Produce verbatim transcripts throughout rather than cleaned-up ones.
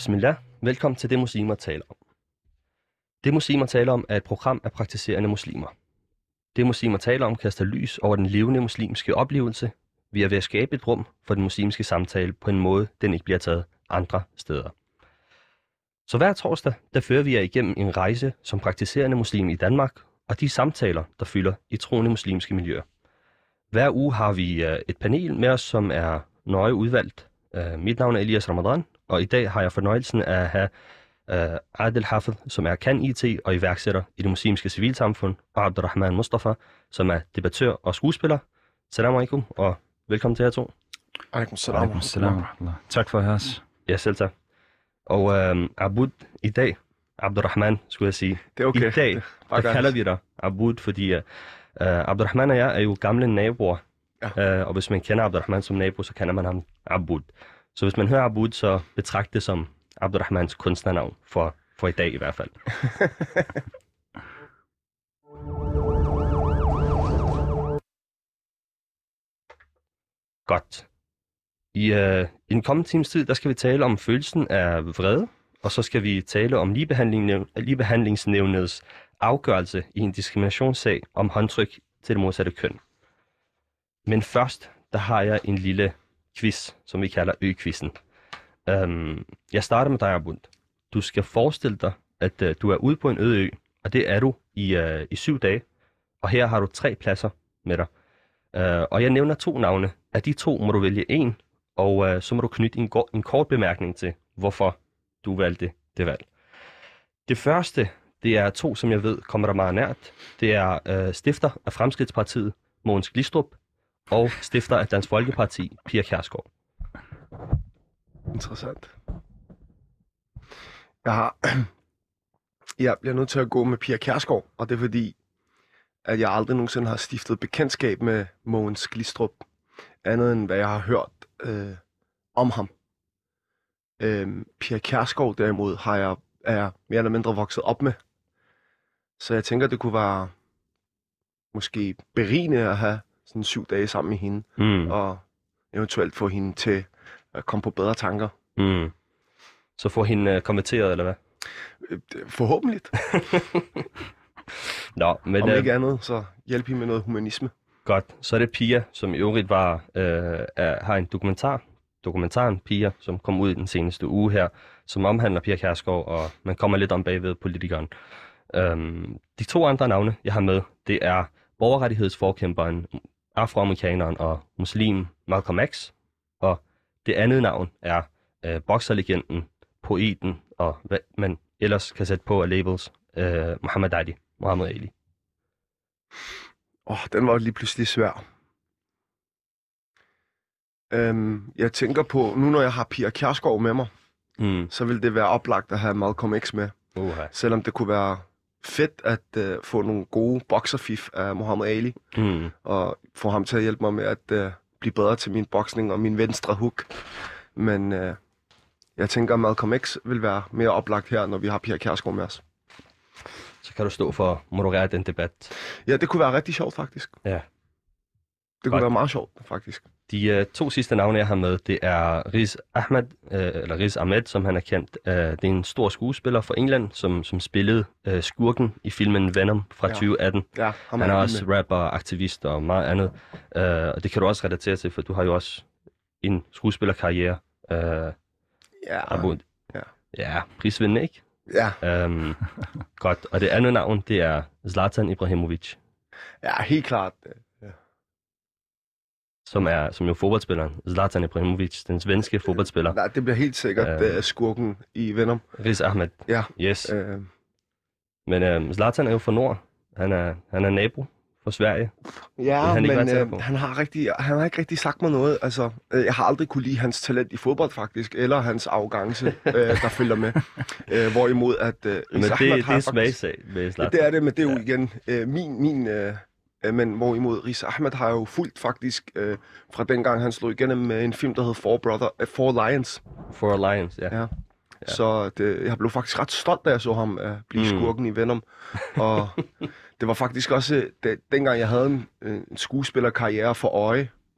Bismillah. Velkommen til Det Muslimer taler om. Det Muslimer taler om er et program af praktiserende muslimer. Det Muslimer taler om kaster lys over den levende muslimske oplevelse. Vi er ved at skabe et rum for den muslimske samtale på en måde, den ikke bliver taget andre steder. Så hver torsdag, der fører vi jer igennem en rejse som praktiserende muslim i Danmark, og de samtaler, der fylder i troende muslimske miljøer. Hver uge har vi et panel med os, som er nøje udvalgt. Mit navn er Elias Ramadan, og i dag har jeg fornøjelsen af at have uh, Adel Hafid, som er kan I T og iværksætter i det muslimske civilsamfund, og Abdurrahman Mustafa, som er debattør og skuespiller. Salam alaikum, og velkommen til jer to. Alaikum salam. salam. Tak for at have os. Ja, selv tak. Og uh, Abud, i dag, Abdurrahman, skulle jeg sige. Det er okay. I dag, der kalder vi dig Abud, fordi uh, Abdurrahman og jeg er jo gamle naboer. Ja. Uh, og hvis man kender Abdurrahman som nabo, så kender man ham Abud. Så hvis man hører Abud, så betragt det som Abdurrahmans kunstnernavn, for, for i dag i hvert fald. Godt. I, uh, I den kommende times tid, der skal vi tale om følelsen af vrede, og så skal vi tale om ligebehandling, ligebehandlingsnævnets afgørelse i en diskriminationssag om håndtryk til det modsatte køn. Men først, der har jeg en lille quiz, som vi kalder ø-quizzen. Um, jeg starter med dig, Abud. Du skal forestille dig, at uh, du er ude på en øde ø, og det er du i, uh, i syv dage. Og her har du tre pladser med dig. Uh, og jeg nævner to navne. Af de to må du vælge en, og uh, så må du knytte en, en kort bemærkning til, hvorfor du valgte det valg. Det første, det er to, som jeg ved kommer der meget nært. Det er uh, stifter af Fremskridtspartiet, Mogens Glistrup, og stifter af Dansk Folkeparti, Pia Kjærsgaard. Interessant. Jeg har... Jeg bliver nødt til at gå med Pia Kjærsgaard, og det er fordi, at jeg aldrig nogensinde har stiftet bekendtskab med Mogens Glistrup, andet end hvad jeg har hørt øh, om ham. Øh, Pia Kjærsgaard derimod har jeg, er jeg mere eller mindre vokset op med. Så jeg tænker, det kunne være måske berigende at have sådan syv dage sammen med hende, mm. og eventuelt få hende til at komme på bedre tanker. Mm. Så få hende uh, konverteret, eller hvad? Forhåbentlig. Nå, men, Om ikke andet, så hjælp hende med noget humanisme. Godt. Så er det Pia, som i øvrigt var, øh, er, har en dokumentar, dokumentaren Pia, som kom ud i den seneste uge her, som omhandler Pia Kjærsgaard, og man kommer lidt om bagved politikeren. Øhm, de to andre navne, jeg har med, det er borgerrettighedsforkæmperen, afroamerikaneren og muslim Malcolm X, og det andet navn er øh, bokserlegenden, poeten og hvad man ellers kan sætte på af labels, øh, Muhammad Ali, Muhammad Ali. Åh, oh, den var lige pludselig svær. Øhm, jeg tænker på, nu når jeg har Pia Kjærsgaard med mig, mm. så vil det være oplagt at have Malcolm X med. Uh-huh. Selvom det kunne være fedt at øh, få nogle gode bokserfif af Muhammad Ali, mm. og få ham til at hjælpe mig med at øh, blive bedre til min boksning og min venstre hook. Men øh, jeg tænker, at Malcolm X vil være mere oplagt her, når vi har Pia Kjærsgaard med os. Så kan du stå for at moderere den debat. Ja, det kunne være rigtig sjovt, faktisk. Ja. Det kunne Godt. være meget sjovt, faktisk. De uh, to sidste navne, jeg har med, det er Riz Ahmed, uh, eller Riz Ahmed, som han er kendt. Uh, det er en stor skuespiller fra England, som, som spillede uh, skurken i filmen Venom fra ja. tyve atten. Ja, han er også med. Rapper, aktivist og meget andet. Uh, og det kan du også relatere til, for du har jo også en skuespillerkarriere. Uh, ja. Abud. Ja. Ja, prisvindende, ikke? Ja. Um, godt. Og det andet navn, det er Zlatan Ibrahimovic. Ja, helt klart. Som er som jo fodboldspilleren, Zlatan Ibrahimovic, den svenske fodboldspiller. Nej, det bliver helt sikkert øh, skurken i Venom. Riz Ahmed. Ja. Yes. Øh. Men øh, Zlatan er jo fra nord. Han er, han er nabo for Sverige. Ja, han men øh, han, har rigtig, han har ikke rigtig sagt mig noget. Altså, øh, jeg har aldrig kunne lide hans talent i fodbold faktisk, eller hans arrogance, øh, der følger med. Øh, hvorimod at øh, Men det, det er smagsag med Zlatan. Det er det, men det er jo ja. igen øh, min... min øh, Men hvorimod Riz Ahmed har jo fulgt faktisk øh, fra dengang han slog igennem med en film, der hed Four, Brother, uh, Four Lions. Four Lions, ja. ja. ja. Så det, jeg blev faktisk ret stolt, da jeg så ham uh, blive mm. skurken i Venom. Og det var faktisk også, det, dengang jeg havde en, en skuespillerkarriere for øje,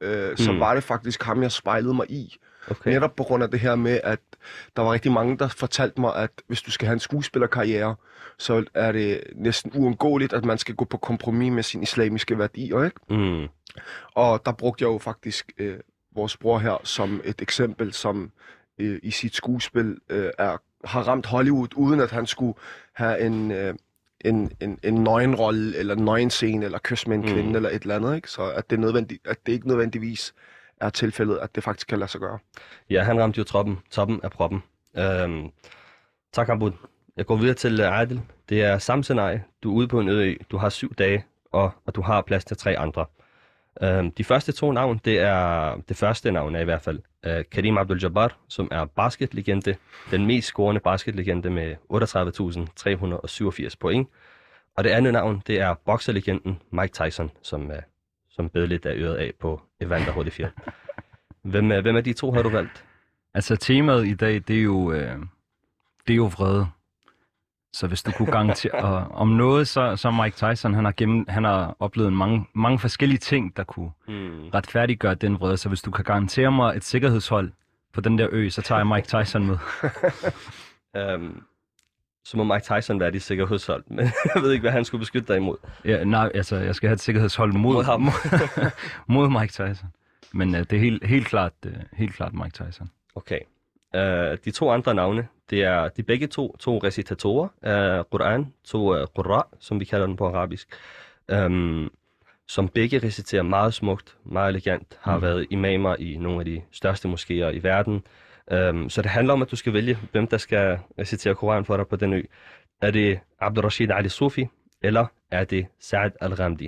øh, mm. så var det faktisk ham, jeg spejlede mig i. Okay. Netop på grund af det her med, at der var rigtig mange, der fortalte mig, at hvis du skal have en skuespillerkarriere, så er det næsten uundgåeligt, at man skal gå på kompromis med sine islamiske værdier, ikke? Mm. Og der brugte jeg jo faktisk øh, vores bror her som et eksempel, som øh, i sit skuespil øh, er, har ramt Hollywood, uden at han skulle have en, øh, en, en, en nøgenrolle, eller en nøgenscene, eller kys med en kvinde, mm. eller et eller andet, ikke? Så at det, er nødvendigt, at det ikke nødvendigvis er tilfældet, at det faktisk kan lade sig gøre. Ja, han ramte jo toppen, toppen af proppen. Øhm, tak, Abud. Jeg går videre til uh, Adil. Det er samme scenarie. Du er ude på en øde, du har syv dage, og, og du har plads til tre andre. Øhm, de første to navn, det er det første navn er i hvert fald uh, Kareem Abdul-Jabbar, som er basketlegende, den mest scorende basketlegende med otteogtredive tusind tre hundrede og syvogfirs point. Og det andet navn, det er bokserlegenden Mike Tyson, som, uh, som bed lidt af øret af på Evander Holyfield. Hvem, uh, hvem af de to har du valgt? Altså temaet i dag, det er jo, øh, det er jo vrede. Så hvis du kunne garantere om noget, så, så Mike Tyson, han har, gennem, han har oplevet mange, mange forskellige ting, der kunne mm. retfærdiggøre den vrede. Så hvis du kan garantere mig et sikkerhedshold på den der ø, så tager jeg Mike Tyson med. um, så må Mike Tyson være dit sikkerhedshold, men jeg ved ikke, hvad han skulle beskytte dig imod. Ja, nej, altså jeg skal have et sikkerhedshold mod, mod ham. mod Mike Tyson. Men uh, det er helt, helt, klart, uh, helt klart Mike Tyson. Okay. Uh, de to andre navne, det er de begge to, to recitatorer af Quran, to uh, Qurra, som vi kalder den på arabisk, um, som begge reciterer meget smukt, meget elegant, har mm. været imamer i nogle af de største moskéer i verden. Um, så det handler om, at du skal vælge, hvem der skal recitere Koran for dig på den ø. Er det Abdul Rashid Ali Sufi, eller er det Saad Al-Ghamdi?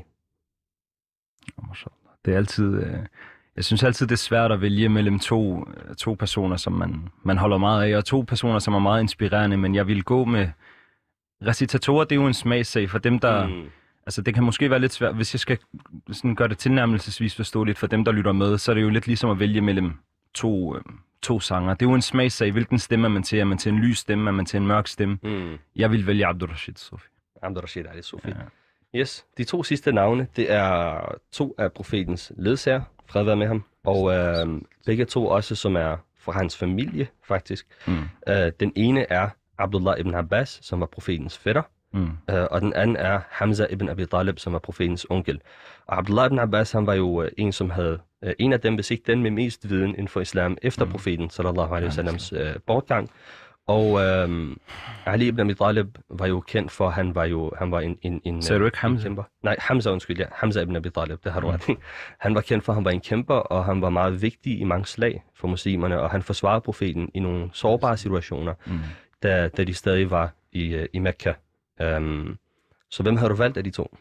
Det er altid... Uh... Jeg synes altid, det er svært at vælge mellem to, to personer, som man, man holder meget af, og to personer, som er meget inspirerende, men jeg vil gå med recitatorer. Det er jo en smagssag for dem, der... Mm. Altså, det kan måske være lidt svært, hvis jeg skal sådan gøre det tilnærmelsesvis forståeligt for dem, der lytter med, så er det jo lidt ligesom at vælge mellem to, øh, to sanger. Det er jo en smagssag. Hvilken stemme er man til? Er man til en lys stemme? Er man til en mørk stemme? Mm. Jeg vil vælge Abdul Rashid Sufi. Abdul Rashid Ali Sufi. Ja. Yes, de to sidste navne, det er to af profetens ledsager, fred være med ham, og øh, begge to også, som er fra hans familie, faktisk. Mm. Øh, den ene er Abdullah ibn Abbas, som var profetens fætter, mm. øh, og den anden er Hamza ibn Abi Talib, som var profetens onkel. Og Abdullah ibn Abbas, han var jo øh, en, som havde, øh, en af dem, hvis ikke den med mest viden inden for islam, efter mm. profeten, sallallahu alaihi wasallams, øh, bortgang. Og øhm, Ali ibn Abi Talib var jo kendt for, han var jo han var en en en Så er du ikke Hamza? Kæmper. Nej, Hamza, undskyld, ja. Hamza ibn Abi Talib, det har du ret i. Han var kendt for, han var en kæmper, og han var meget vigtig i mange slag for muslimerne, og han forsvarede profeten i nogle sårbare situationer, mm. da, da de stadig var i, i Mekka. Um, så hvem har du valgt af de to?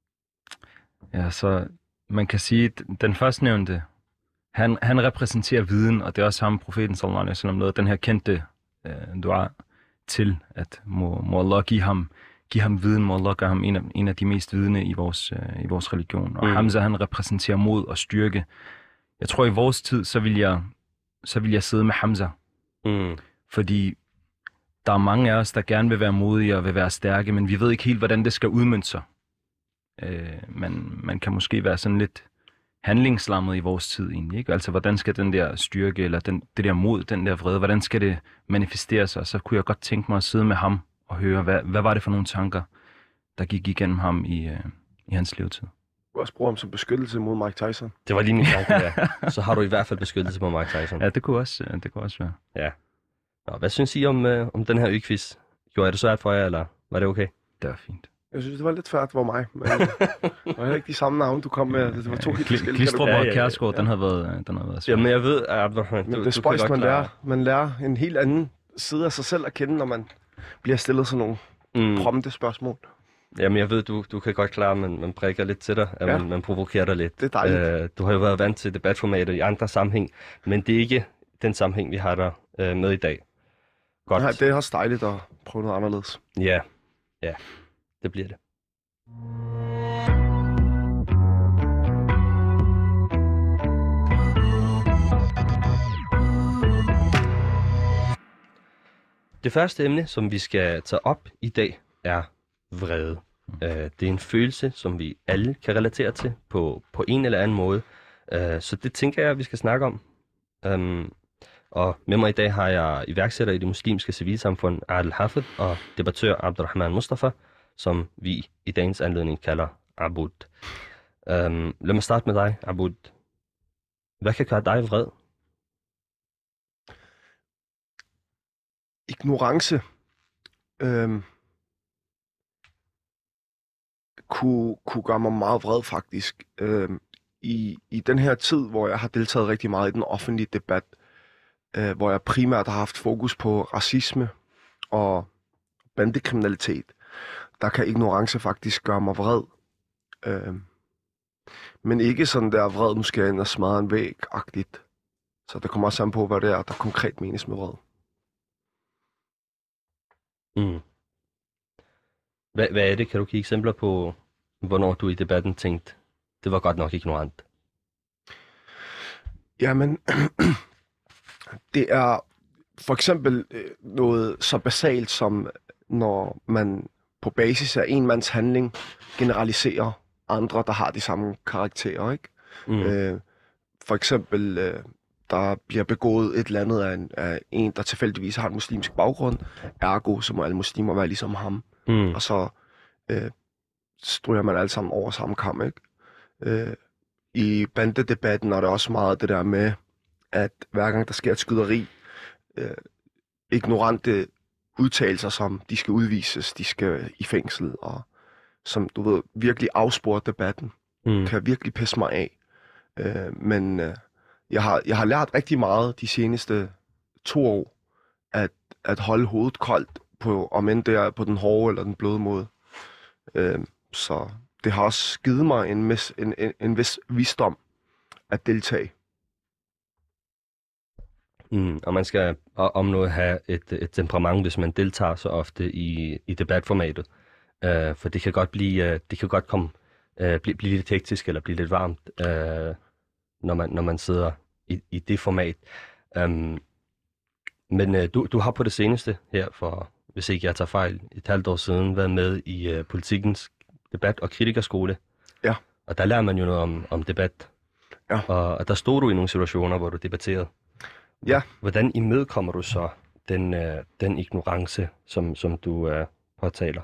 Ja, så man kan sige, at den førstnævnte, han, han repræsenterer viden, og det er også ham, profeten sallallahu alaihi wasallam, noget den her kendte dua til, at må, må Allah give ham, give ham viden, må Allah gøre ham en af, en af de mest vidne i vores, uh, i vores religion. Og mm. Hamza, han repræsenterer mod og styrke. Jeg tror, i vores tid, så vil jeg, så vil jeg sidde med Hamza. Mm. Fordi der er mange af os, der gerne vil være modige og vil være stærke, men vi ved ikke helt, hvordan det skal udmønte sig. Uh, man, man kan måske være sådan lidt handlingslammet i vores tid egentlig, ikke? Altså, hvordan skal den der styrke, eller den, det der mod, den der vrede, hvordan skal det manifestere sig? Så kunne jeg godt tænke mig at sidde med ham og høre, hvad, hvad var det for nogle tanker, der gik igennem ham i, øh, i hans levetid. Du kan også bruge ham som beskyttelse mod Mike Tyson. Det var lige min tanke, ja. Så har du i hvert fald beskyttelse mod Mike Tyson. Ja, det kunne også, det kunne også være. Ja. Nå, hvad synes I om, øh, om den her ø-quiz? Gjorde jeg det svært for jer, eller var det okay? Det var fint. Jeg synes, det var lidt svært for mig, men det var ikke de samme navne, du kom med. Det var to helt forskellige. Glistrup og Kjærsgaard, den har været, den har været svært. Jamen, jeg ved, at du, men det er spøjst, man lærer, man lærer en helt anden side af sig selv at kende, når man bliver stillet sådan nogle mm. prompte spørgsmål. Jamen, jeg ved, du, du kan godt klare, men man prikker lidt til dig, at ja. man, man provokerer dig lidt. Det er dejligt. Uh, du har jo været vant til debatformater i andre sammenhæng, men det er ikke den sammenhæng, vi har der uh, med i dag. Godt. Nej, det er også dejligt at prøve noget anderledes. Ja, ja, det bliver det. Det første emne, som vi skal tage op i dag, er vrede. Uh, det er en følelse, som vi alle kan relatere til på, på en eller anden måde. Uh, så det tænker jeg, at vi skal snakke om. Um, og med mig i dag har jeg iværksætter i det muslimske civilsamfund, Adel Hafid, og debattør Abdurrahman Mustafa, som vi i dagens anledning kalder Aboud. Um, lad mig starte med dig, Aboud. Hvad kan gøre dig vred? Ignorance øhm, kunne, kunne gøre mig meget vred, faktisk. Øhm, i, I den her tid, hvor jeg har deltaget rigtig meget i den offentlige debat, øh, hvor jeg primært har haft fokus på racisme og bandekriminalitet, der kan ignorance faktisk gøre mig vred. Øhm, men ikke sådan der vred, nu skal jeg ind og smadre en væg-agtigt. Så det kommer også an på, hvad det er, der konkret menes med vred. Mm. Hvad, hvad er det? Kan du give eksempler på, hvornår du i debatten tænkte, det var godt nok ignorant? Jamen, det er for eksempel noget så basalt som, når man på basis af en mands handling generaliserer andre, der har de samme karakterer, ikke? Mm. Øh, for eksempel, øh, der bliver begået et eller andet af en, af en, der tilfældigvis har en muslimsk baggrund, ergo, så må alle muslimer være ligesom ham. Mm. Og så øh, stryger man alle sammen over samme kam, ikke? Øh, I bandedebatten er det også meget det der med, at hver gang der sker et skyderi, øh, ignorante udtalelser som, de skal udvises, de skal i fængsel, og som du ved, virkelig afsporer debatten, mm. kan virkelig pisse mig af. Øh, men øh, jeg, har, jeg har lært rigtig meget de seneste to år, at, at holde hovedet koldt, på, om end det er på den hårde eller den bløde måde. Øh, så det har også givet mig en, mis, en, en, en vis visdom at deltage. Mm, og man skal om noget have et, et temperament, hvis man deltager så ofte i, i debatformatet. Uh, for det kan godt blive, uh, det kan godt komme, uh, blive, blive lidt hektisk eller blive lidt varmt, uh, når, man, når man sidder i, i det format. Um, men uh, du, du har på det seneste her, for hvis ikke jeg tager fejl, et halvt år siden, været med i uh, Politikens debat- og kritikerskole. Ja. Og der lærer man jo noget om, om debat. Ja. Og, og der stod du i nogle situationer, hvor du debatterede. Ja. Hvordan imødekommer du så den, uh, den ignorance, som, som du uh, påtaler?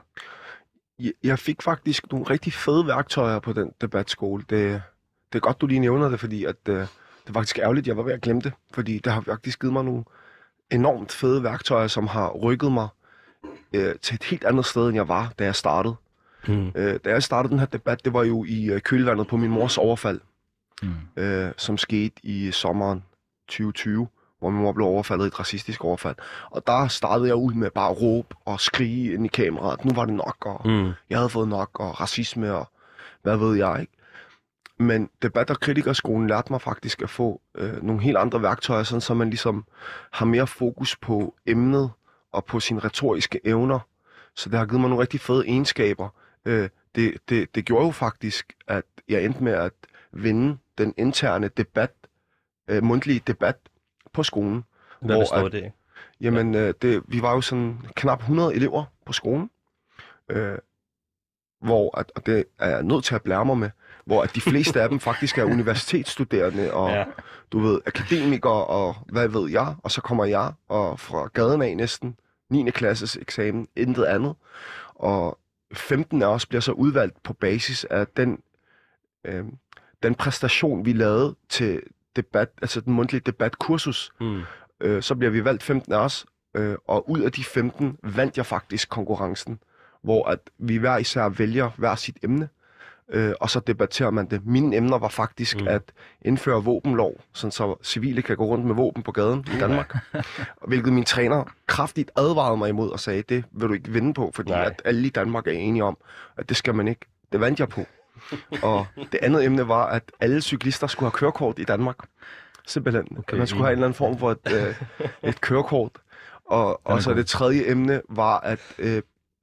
Jeg fik faktisk nogle rigtig fede værktøjer på den debatskole. Det, det er godt, du lige nævner det, fordi at, uh, det er faktisk ærgerligt, jeg var ved at glemme det. Fordi det har faktisk givet mig nogle enormt fede værktøjer, som har rykket mig uh, til et helt andet sted, end jeg var, da jeg startede. Mm. Uh, da jeg startede den her debat, det var jo i uh, kølvandet på min mors overfald, mm. uh, som skete i sommeren tyve tyve. Hvor min mor blev overfaldet i et racistisk overfald. Og der startede jeg ud med bare at råbe og skrige ind i kameraet. Nu var det nok, og mm. jeg havde fået nok, og racisme, og hvad ved jeg, ikke? Men debat- og kritikerskolen lærte mig faktisk at få øh, nogle helt andre værktøjer, sådan så man ligesom har mere fokus på emnet og på sine retoriske evner. Så det har givet mig nogle rigtig fede egenskaber. Øh, det, det, det gjorde jo faktisk, at jeg endte med at vinde den interne debat, øh, mundtlige debat, på skolen. Hvad består det? Jamen, ja. øh, det, vi var jo sådan knap hundrede elever på skolen, øh, hvor, at, og det er jeg nødt til at blære mig med, hvor at de fleste af dem faktisk er universitetsstuderende, og ja. du ved, akademikere, og hvad ved jeg, og så kommer jeg, og fra gaden af næsten, niende klasses eksamen, intet andet, og femten af os bliver så udvalgt på basis af den, øh, den præstation, vi lavede til debat, altså den mundtlige debatkursus, mm. øh, så bliver vi valgt femten af os, øh, og ud af de femten vandt jeg faktisk konkurrencen, hvor at vi hver især vælger hver sit emne, øh, og så debatterer man det. Mine emner var faktisk mm. at indføre våbenlov, sådan så civile kan gå rundt med våben på gaden i Danmark, hvilket min træner kraftigt advarede mig imod og sagde, det vil du ikke vinde på, fordi at alle i Danmark er enige om, at det skal man ikke. Det vandt jeg på. Og det andet emne var, at alle cyklister skulle have kørekort i Danmark. Simpelthen. Okay, man skulle have en eller anden form for et, øh, et kørekort. Og, og så det tredje emne var, at, øh,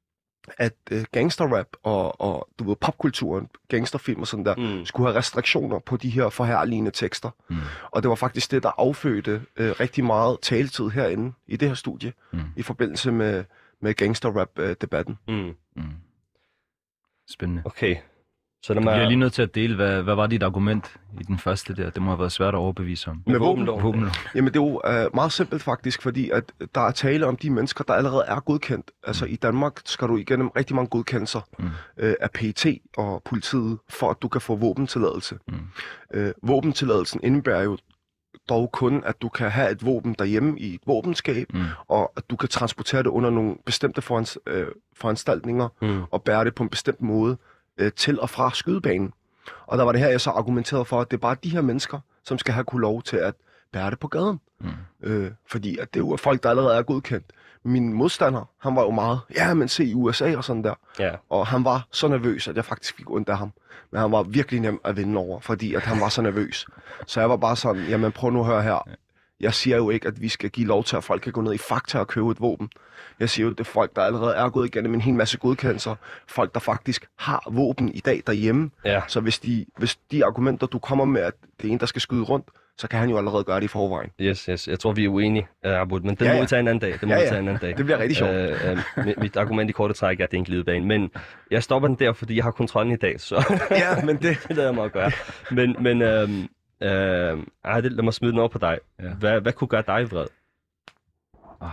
at øh, gangsterrap og, og du ved, popkulturen, gangsterfilm og sådan der, mm. skulle have restriktioner på de her forherligende tekster. Mm. Og det var faktisk det, der affødte øh, rigtig meget taletid herinde i det her studie, mm. i forbindelse med, med gangsterrap-debatten. Mm. Mm. Spændende. Okay. Så Du bliver lige nødt til at dele, hvad, hvad var dit argument i den første der? Det må have været svært at overbevise om. Med våbenloven. Våbenloven. Jamen det er jo uh, meget simpelt faktisk, fordi at der er tale om de mennesker, der allerede er godkendt. Altså i Danmark skal du igennem rigtig mange godkendelser mm. uh, af P E T og politiet, for at du kan få våbentilladelse. Mm. Uh, våbentilladelsen indebærer jo dog kun, at du kan have et våben derhjemme i et våbenskab, mm. og at du kan transportere det under nogle bestemte forans, øh, foranstaltninger, mm. og bære det på en bestemt måde øh, til og fra skydebanen. Og der var det her, jeg så argumenterede for, at det er bare de her mennesker, som skal have kunne lov til at bære det på gaden. Mm. Øh, fordi at det er jo folk, der allerede er godkendt. Min modstander, han var jo meget, ja, men se i U S A og sådan der. Yeah. Og han var så nervøs, at jeg faktisk fik ondt af ham. Men han var virkelig nem at vinde over, fordi at han var så nervøs. Så jeg var bare sådan, jamen prøv nu at høre her. Jeg siger jo ikke, at vi skal give lov til, at folk kan gå ned i Fakta og købe et våben. Jeg siger jo, at det er folk, der allerede er gået igennem en hel masse godkendelser. Folk, der faktisk har våben i dag derhjemme. Ja. Så hvis de, hvis de argumenter, du kommer med, at det er en, der skal skyde rundt, så kan han jo allerede gøre det i forvejen. Yes, yes. Jeg tror, vi er uenige, uh, Abud, men det ja, må ja. vi tage en anden dag. Det må ja, ja. vi tage en anden dag. Det bliver rigtig sjovt. Uh, uh, mit argument i korte træk er, at det er en glidebane, men jeg stopper den der, fordi jeg har kontrollen i dag, så ja, men det... det lader jeg mig at gøre. Men, men uh, uh, ej, det, lad mig smide den over på dig. Ja. Hvad, hvad kunne gøre dig vred? Oh.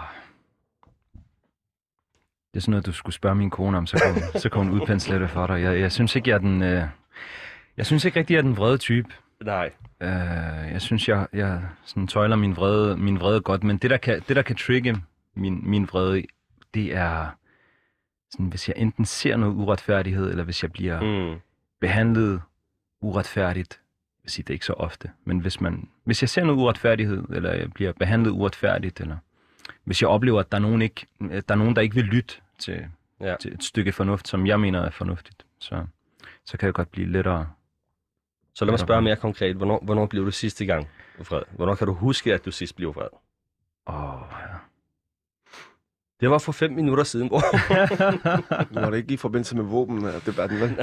Det er sådan noget, du skulle spørge min kone om, så kunne, så kunne hun udpensle det for dig. Jeg, jeg synes ikke, jeg er den... Øh... Jeg synes ikke rigtig, jeg er den vrede type. Nej. Uh, jeg synes, jeg, jeg sådan tøjler min vrede, min vrede godt, men det der kan, det, der kan trigge min, min vrede, det er, sådan, hvis jeg enten ser noget uretfærdighed, eller hvis jeg bliver mm. behandlet uretfærdigt. Jeg vil sige, det er ikke så ofte, men hvis, man, hvis jeg ser noget uretfærdighed, eller jeg bliver behandlet uretfærdigt, eller hvis jeg oplever, at der er nogen, ikke, der, er nogen der ikke vil lytte til, ja. til et stykke fornuft, som jeg mener er fornuftigt, så, så kan jeg godt blive lettere. Så lad mig spørge mere konkret. Hvornår, hvornår blev du sidste gang vred? Hvornår kan du huske, at du sidst blev vred? Åh, oh, ja. Det var for fem minutter siden, bror. Nu var det ikke i forbindelse med våben-debatten, vel?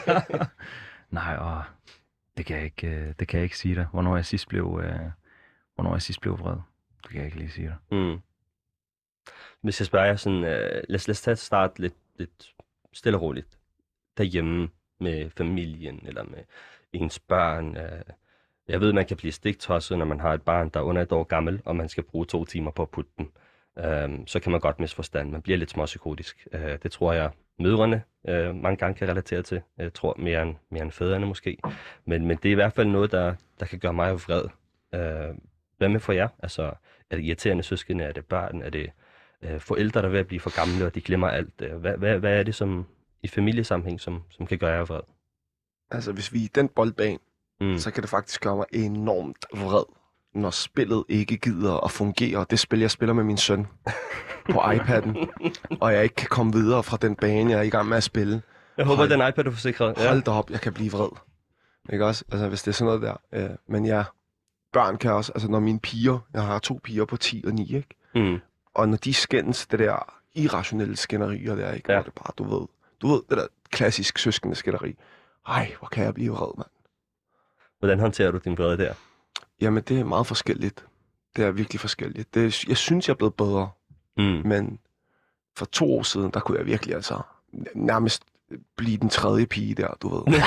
Nej, åh, det kan jeg ikke, det kan jeg ikke sige dig. Hvornår jeg sidst blev, øh, hvornår jeg sidst blev vred? Det kan jeg ikke lige sige dig. Mm. Hvis jeg spørger jer sådan, øh, lad, os, lad os tage et start lidt, lidt stille og roligt. Derhjemme med familien, eller med ens børn. Jeg ved, man kan blive stiktosset, når man har et barn, der er under et år gammel, og man skal bruge to timer på at putte den. Så kan man godt misforstande. Man bliver lidt småpsykotisk. Det tror jeg, mødrene mange gange kan relatere til. Jeg tror mere end, mere end fædrene måske. Men, men det er i hvert fald noget, der, der kan gøre mig vred. Hvad med for jer? Altså, er det irriterende søskende? Er det børn? Er det forældre, der er ved at blive for gamle, og de glemmer alt? Hvad, hvad, hvad er det som i familiesammenhæng, som, som kan gøre jer vred? Altså, hvis vi er i den boldbane, mm. så kan det faktisk gøre mig enormt vred, når spillet ikke gider at fungere. Det spil, jeg spiller med min søn på iPad'en, og jeg ikke kan komme videre fra den bane, jeg er i gang med at spille. Jeg håber, Hold, den iPad er forsikret. Ja. Hold da op, jeg kan blive vred. Ikke også? Altså, hvis det er sådan noget der. Øh, men ja, børn kan også, altså når mine piger, jeg har to piger på ti og ni, ikke? Mm. Og når de skændes, det der irrationelle skænderier der, ikke? Ja. Hvor det bare, du ved, du ved, det der klassisk søskende skænderi. Ej, hvor kan jeg blive vred, mand. Hvordan håndterer du din vrede der? Jamen, det er meget forskelligt. Det er virkelig forskelligt. Det er, jeg synes, jeg er blevet bedre. Mm. Men for to år siden, der kunne jeg virkelig altså nærmest blive den tredje pige der, du ved.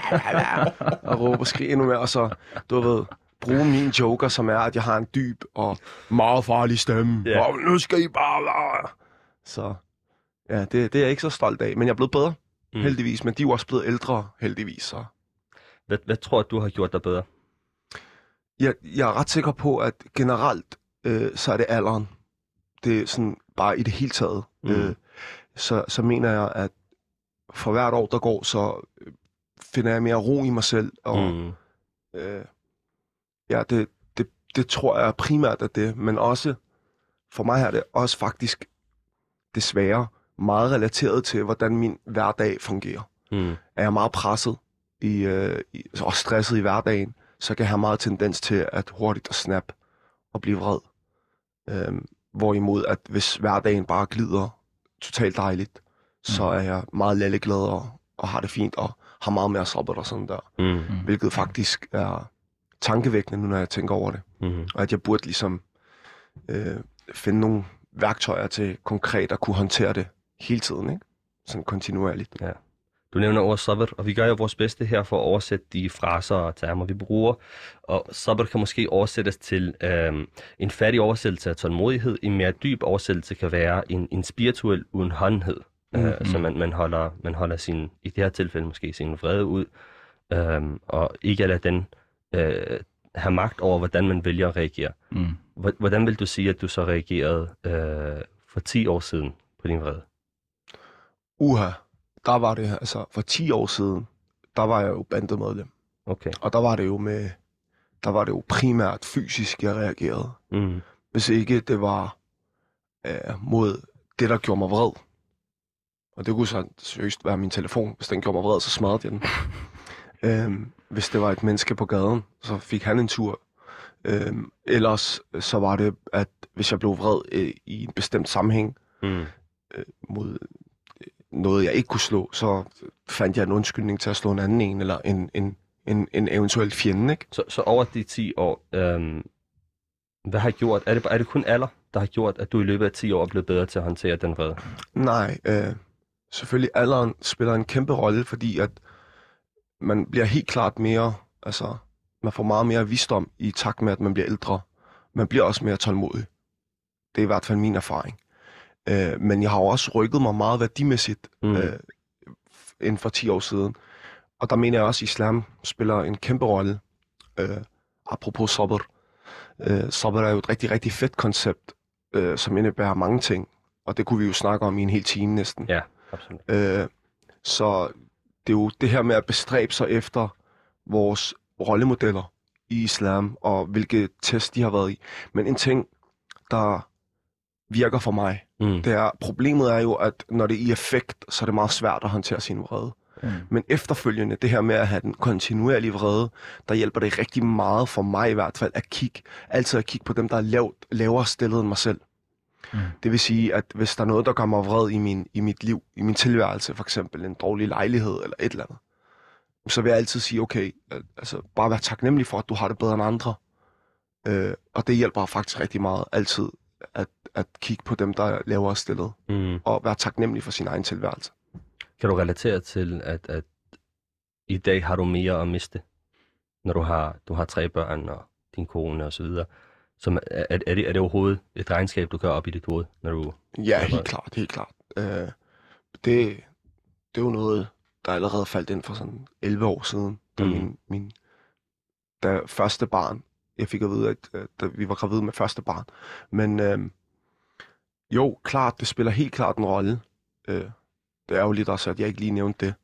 Og råbe og skrige endnu mere, og så, du ved, bruge min joker, som er, at jeg har en dyb og meget farlig stemme. Yeah. Og nu skal I bare... Så ja, det, det er jeg ikke så stolt af, men jeg er blevet bedre. Mm. Heldigvis, men de er jo også blevet ældre, heldigvis. Så. Hvad, hvad tror du har gjort dig bedre? Jeg, jeg er ret sikker på, at generelt, øh, så er det alderen. Det er sådan, bare i det hele taget. Mm. Øh, så, så mener jeg, at for hvert år, der går, så finder jeg mere ro i mig selv. Og, mm. øh, ja, det, det, det tror jeg primært er det, men også, for mig er det også faktisk desværre meget relateret til, hvordan min hverdag fungerer. Mm. Er jeg meget presset i, øh, i, og stresset i hverdagen, så kan jeg have meget tendens til at hurtigt at snap og blive vred. Øhm, hvorimod, at hvis hverdagen bare glider totalt dejligt, mm. så er jeg meget lalleglad og, og har det fint og har meget mere soppet og sådan der. Mm. Hvilket faktisk er tankevækkende nu, når jeg tænker over det. Mm. Og at jeg burde ligesom øh, finde nogle værktøjer til konkret at kunne håndtere det hele tiden, ikke? Sådan kontinuerligt. Ja. Du nævner ordet sabr, og vi gør jo vores bedste her for at oversætte de fraser og termer, vi bruger. Og sabr kan måske oversættes til øh, en færdig oversættelse af tålmodighed. En mere dyb oversættelse kan være en, en spirituel udenhåndenhed. Mm-hmm. Øh, så man, man, holder, man holder sin, i det her tilfælde måske sin vrede ud, øh, og ikke lade den øh, have magt over, hvordan man vælger at reagere. Mm. Hvordan vil du sige, at du så reagerede øh, for ti år siden på din vrede? Uha, der var det, altså for ti år siden, der var jeg jo bandemedlem. Okay. Og der var det jo med, der var det jo primært fysisk, jeg reagerede. Mm. Hvis ikke det var øh, mod det, der gjorde mig vred. Og det kunne så seriøst være min telefon. Hvis den gjorde mig vred, så smadrede jeg den. øhm, hvis det var et menneske på gaden, så fik han en tur. Øhm, ellers så var det, at hvis jeg blev vred øh, i en bestemt sammenhæng mm. øh, mod noget, jeg ikke kunne slå, så fandt jeg en undskyldning til at slå en anden en, eller en, en, en, en eventuel fjende, ikke? Så, så over de ti år, øhm, hvad har gjort? Er det, er det kun alder, der har gjort, at du i løbet af ti år er blevet bedre til at håndtere den vrede? Nej, øh, selvfølgelig alderen spiller en kæmpe rolle, fordi at man bliver helt klart mere, altså man får meget mere visdom i takt med, at man bliver ældre. Man bliver også mere tålmodig. Det er i hvert fald min erfaring. Øh, men jeg har også rykket mig meget værdimæssigt mm. øh, inden for ti år siden. Og der mener jeg også, at islam spiller en kæmpe rolle. Øh, apropos sabr. Øh, sabr er jo et rigtig, rigtig fedt koncept, øh, som indebærer mange ting. Og det kunne vi jo snakke om i en hel time næsten. Ja, absolut. Øh, så det er jo det her med at bestræbe sig efter vores rollemodeller i islam, og hvilke test de har været i. Men en ting, der virker for mig, mm. det er, problemet er jo, at når det er i effekt, så er det meget svært at håndtere sin vrede. Mm. Men efterfølgende, det her med at have den kontinuerlige vrede, der hjælper det rigtig meget for mig i hvert fald at kigge, altid at kigge på dem, der er lavt, lavere stillet end mig selv. Mm. Det vil sige, at hvis der er noget, der gør mig vred i, min, i mit liv, i min tilværelse, for eksempel en dårlig lejlighed eller et eller andet, så vil jeg altid sige, okay, altså bare være taknemmelig for, at du har det bedre end andre. Øh, og det hjælper faktisk rigtig meget altid at, at kigge på dem, der er lavere stillet, mm. og være taknemmelig for sin egen tilværelse. Kan du relatere til, at, at i dag har du mere at miste, når du har, du har tre børn og din kone og så videre? Så er, er, det, er det overhovedet et regnskab, du gør op i dit hoved, når du... Ja, helt klart, helt klart. Øh, det, det er jo noget, der allerede faldt ind for sådan elleve år siden, da mm. min, min da første barn, jeg fik at vide, at da vi var gravide med første barn. Men øh, jo, klart, det spiller helt klart en rolle. Øh, det er jo lidt også, at jeg ikke lige nævnte det.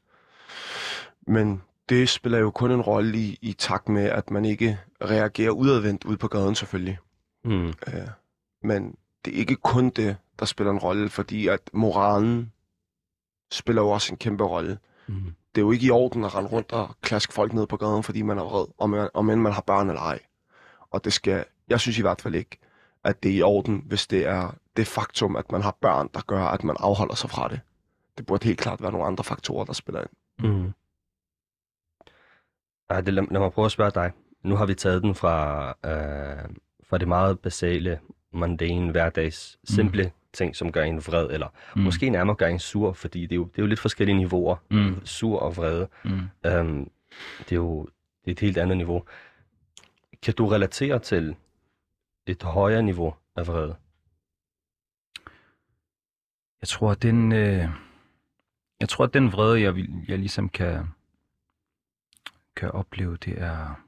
Men det spiller jo kun en rolle i, i takt med, at man ikke reagerer udadvendt ude på gaden selvfølgelig. Mm. Øh, men det er ikke kun det, der spiller en rolle, fordi at moralen spiller jo også en kæmpe rolle. Mm. Det er jo ikke i orden at rende rundt og klaske folk ned på gaden, fordi man er vred, om man, om man har børn eller ej. Og det skal, jeg synes i hvert fald ikke, at det er i orden, hvis det er det faktum, at man har børn, der gør, at man afholder sig fra det. Det burde helt klart være nogle andre faktorer, der spiller ind. Mm. Ej, det, lad, lad mig prøve at spørge dig. Nu har vi taget den fra, øh, fra det meget basale, mundane, hverdags, simple mm. ting, som gør en vred, eller mm. måske nærmere gør en sur, fordi det er jo, det er jo lidt forskellige niveauer, mm. sur og vrede. Mm. Øhm, det er jo det er et helt andet niveau. Kan du relatere til et højere niveau af vrede? Jeg tror, at den, øh, jeg tror, at den vrede, jeg, jeg ligesom kan, kan opleve, det er...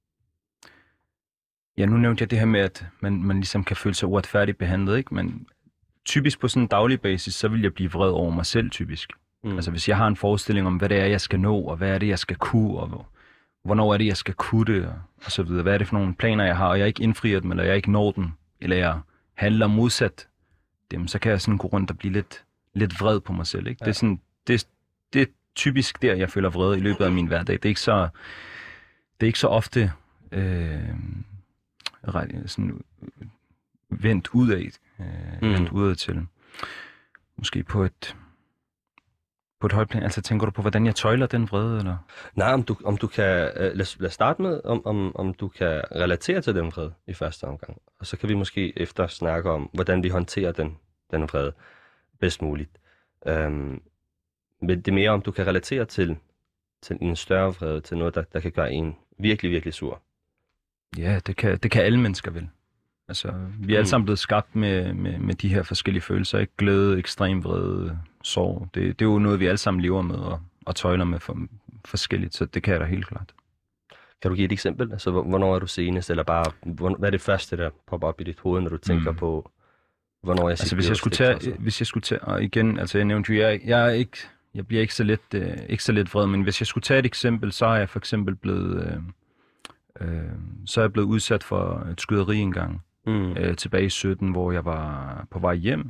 Ja, nu nævnte jeg det her med, at man, man ligesom kan føle sig uretfærdigt behandlet, ikke? Men typisk på sådan en daglig basis, så vil jeg blive vred over mig selv, typisk. Mm. Altså hvis jeg har en forestilling om, hvad det er, jeg skal nå, og hvad er det, jeg skal kunne, og hvornår er det, jeg skal kunne det, og, og så videre. Hvad er det for nogle planer, jeg har, og jeg ikke indfrier dem, eller jeg ikke når dem, eller jeg handler modsat dem, så kan jeg sådan gå rundt og blive lidt, lidt vred på mig selv, ikke? Ja. Det er sådan, det, det er typisk der, jeg føler vrede i løbet af min hverdag. Det er ikke så, det er ikke så ofte øh, sådan vendt udad, øh, mm. vendt udad til. Måske på et på et højt plan. Altså tænker du på, hvordan jeg tøjler den vrede, eller? Nej, om du, om du kan... Øh, lad, lad os starte med, om, om, om du kan relatere til den vrede i første omgang. Og så kan vi måske efter snakke om, hvordan vi håndterer den, den vrede bedst muligt. Øhm, Men det er mere, om du kan relatere til, til en større vrede, til noget, der, der kan gøre en virkelig, virkelig sur. Ja, det kan, det kan alle mennesker vel. Altså, vi er alle sammen blevet skabt med, med, med de her forskellige følelser, ikke? Glæde, ekstrem vrede, sorg. Det, det er jo noget, vi alle sammen lever med og, og tøjler med for, forskelligt, så det kan jeg da helt klart. Kan du give et eksempel? Altså, hvornår er du senest, eller bare, hvad er det første, der popper op i dit hoved, når du tænker mm. på, hvornår jeg altså, hvis jeg skulle tage, hvis jeg skulle tage, og igen, altså jeg nævnte jo, jeg, jeg er ikke, jeg bliver ikke så let, øh, ikke så let vred, men hvis jeg skulle tage et eksempel, så er jeg for eksempel blevet, øh, øh, så er jeg blevet udsat for et skyderi engang, mm. øh, tilbage i sytten, hvor jeg var på vej hjem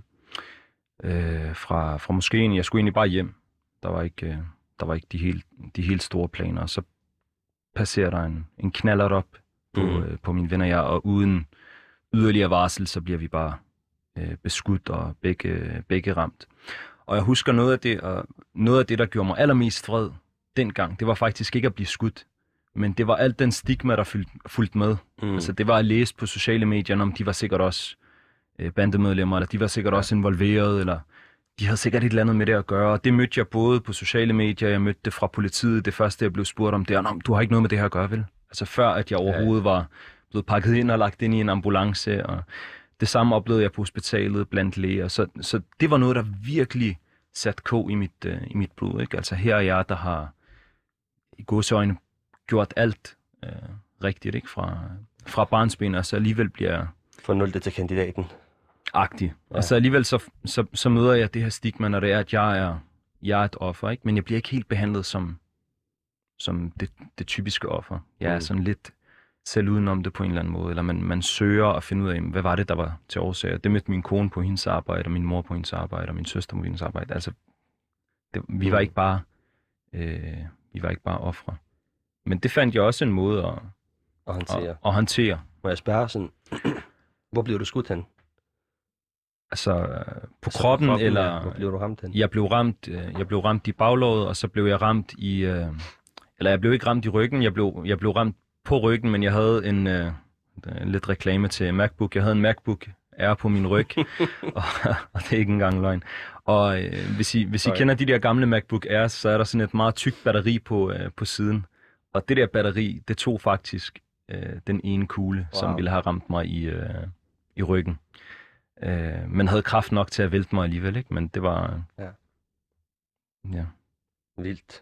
øh, fra, fra moskeen. Jeg skulle egentlig bare hjem. Der var ikke, øh, der var ikke de, helt, de helt store planer. Så passerer der en, en knallert op på, mm. øh, på mine venner og jeg, og uden yderligere varsel, så bliver vi bare øh, beskudt og begge, begge ramt. Og jeg husker noget af det, og noget af det, der gjorde mig allermest vred dengang, det var faktisk ikke at blive skudt, men det var alt den stigma, der fulgte med. Mm. Altså det var at læse på sociale medier, om de var sikkert også øh, bandemedlemmer, eller de var sikkert ja. også involveret, eller de havde sikkert et eller andet med det at gøre. Og det mødte jeg både på sociale medier, jeg mødte det fra politiet, det første jeg blev spurgt om, det er, du har ikke noget med det her at gøre, vel? Altså før at jeg overhovedet var blevet pakket ind og lagt ind i en ambulance, og det samme oplevede jeg på hospitalet blandt læger. Så, så det var noget, der virkelig satte kog i mit, øh, i mit blod, ikke? Altså her er jeg, der har i gåseøjne gjort alt øh, rigtigt, ikke? Fra, fra barnsben, og så alligevel bliver for nul til kandidaten. Agtig. Ja. Og så alligevel så, så, så møder jeg det her stigma, når det er, at jeg er, jeg er et offer, ikke? Men jeg bliver ikke helt behandlet som, som det, det typiske offer. Jeg er mm. sådan lidt selv udenom det på en eller anden måde, eller man, man søger at finde ud af, hvad var det, der var til årsager. Det mødte min kone på hendes arbejde, og min mor på hendes arbejde, og min søster på hendes arbejde. Altså, det, vi var ikke bare, øh, vi var ikke bare ofre. Men det fandt jeg også en måde at, at håndtere. At, at håndtere. Må jeg spørge sådan, hvor blev du skudt hen? Altså på altså kroppen, på kroppen eller ja. Hvor blev du ramt hen? Jeg blev ramt, jeg blev ramt i baglåret, og så blev jeg ramt i, øh, eller jeg blev ikke ramt i ryggen, jeg blev, jeg blev ramt på ryggen, men jeg havde en, øh, en lidt reklame til MacBook. Jeg havde en MacBook Air på min ryg, og, og det er ikke engang løgn. Og øh, hvis I, hvis I kender de der gamle MacBook Airs, så er der sådan et meget tykt batteri på, øh, på siden. Og det der batteri, det tog faktisk øh, den ene kugle, wow. som ville have ramt mig i, øh, i ryggen. Øh, men havde kraft nok til at vælte mig alligevel, ikke? Men det var... Ja. Ja. Vildt.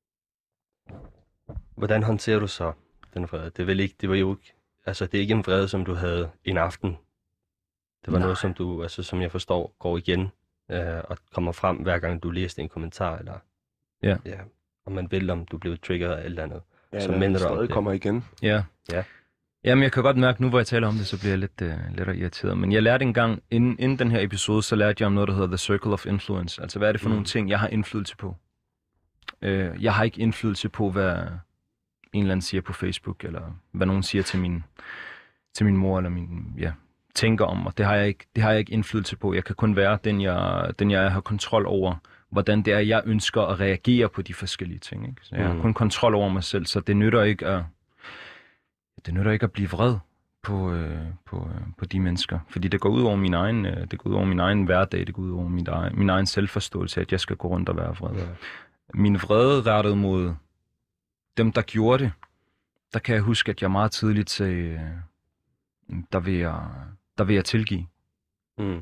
Hvordan håndterer du så den vrede? Det, vel ikke, det var jo ikke... Altså, det er ikke en vrede, som du havde en aften. Det var Nej. noget, som du, altså, som jeg forstår, går igen øh, og kommer frem, hver gang du læste en kommentar, eller... Ja. Ja. Og man vil, om du blev triggeret af et eller andet. Ja, så minder du om det. kommer igen. Ja. Ja. Jamen, jeg kan godt mærke, nu hvor jeg taler om det, så bliver jeg lidt uh, lettere irriteret. Men jeg lærte engang, inden, inden den her episode, så lærte jeg om noget, der hedder The Circle of Influence. Altså, hvad er det for mm. nogle ting, jeg har indflydelse på? Uh, jeg har ikke indflydelse på, hvad en eller anden siger på Facebook, eller hvad nogen siger til min, til min mor, eller min, ja, tænker om. Og det har, jeg ikke, det har jeg ikke indflydelse på. Jeg kan kun være den, jeg, den jeg har kontrol over, hvordan det er, jeg ønsker at reagere på de forskellige ting. Ikke? Så jeg mm. har kun kontrol over mig selv, så det nytter ikke at, det nytter ikke at blive vred på, øh, på, øh, på de mennesker. Fordi det går ud over min egen, øh, det går ud over min egen hverdag, det går ud over min egen, min egen selvforståelse, at jeg skal gå rundt og være vred. Ja. Min vrede rettet mod dem, der gjorde det, der kan jeg huske, at jeg meget tidligt sagde, øh, der, vil jeg, der vil jeg tilgive. Mm.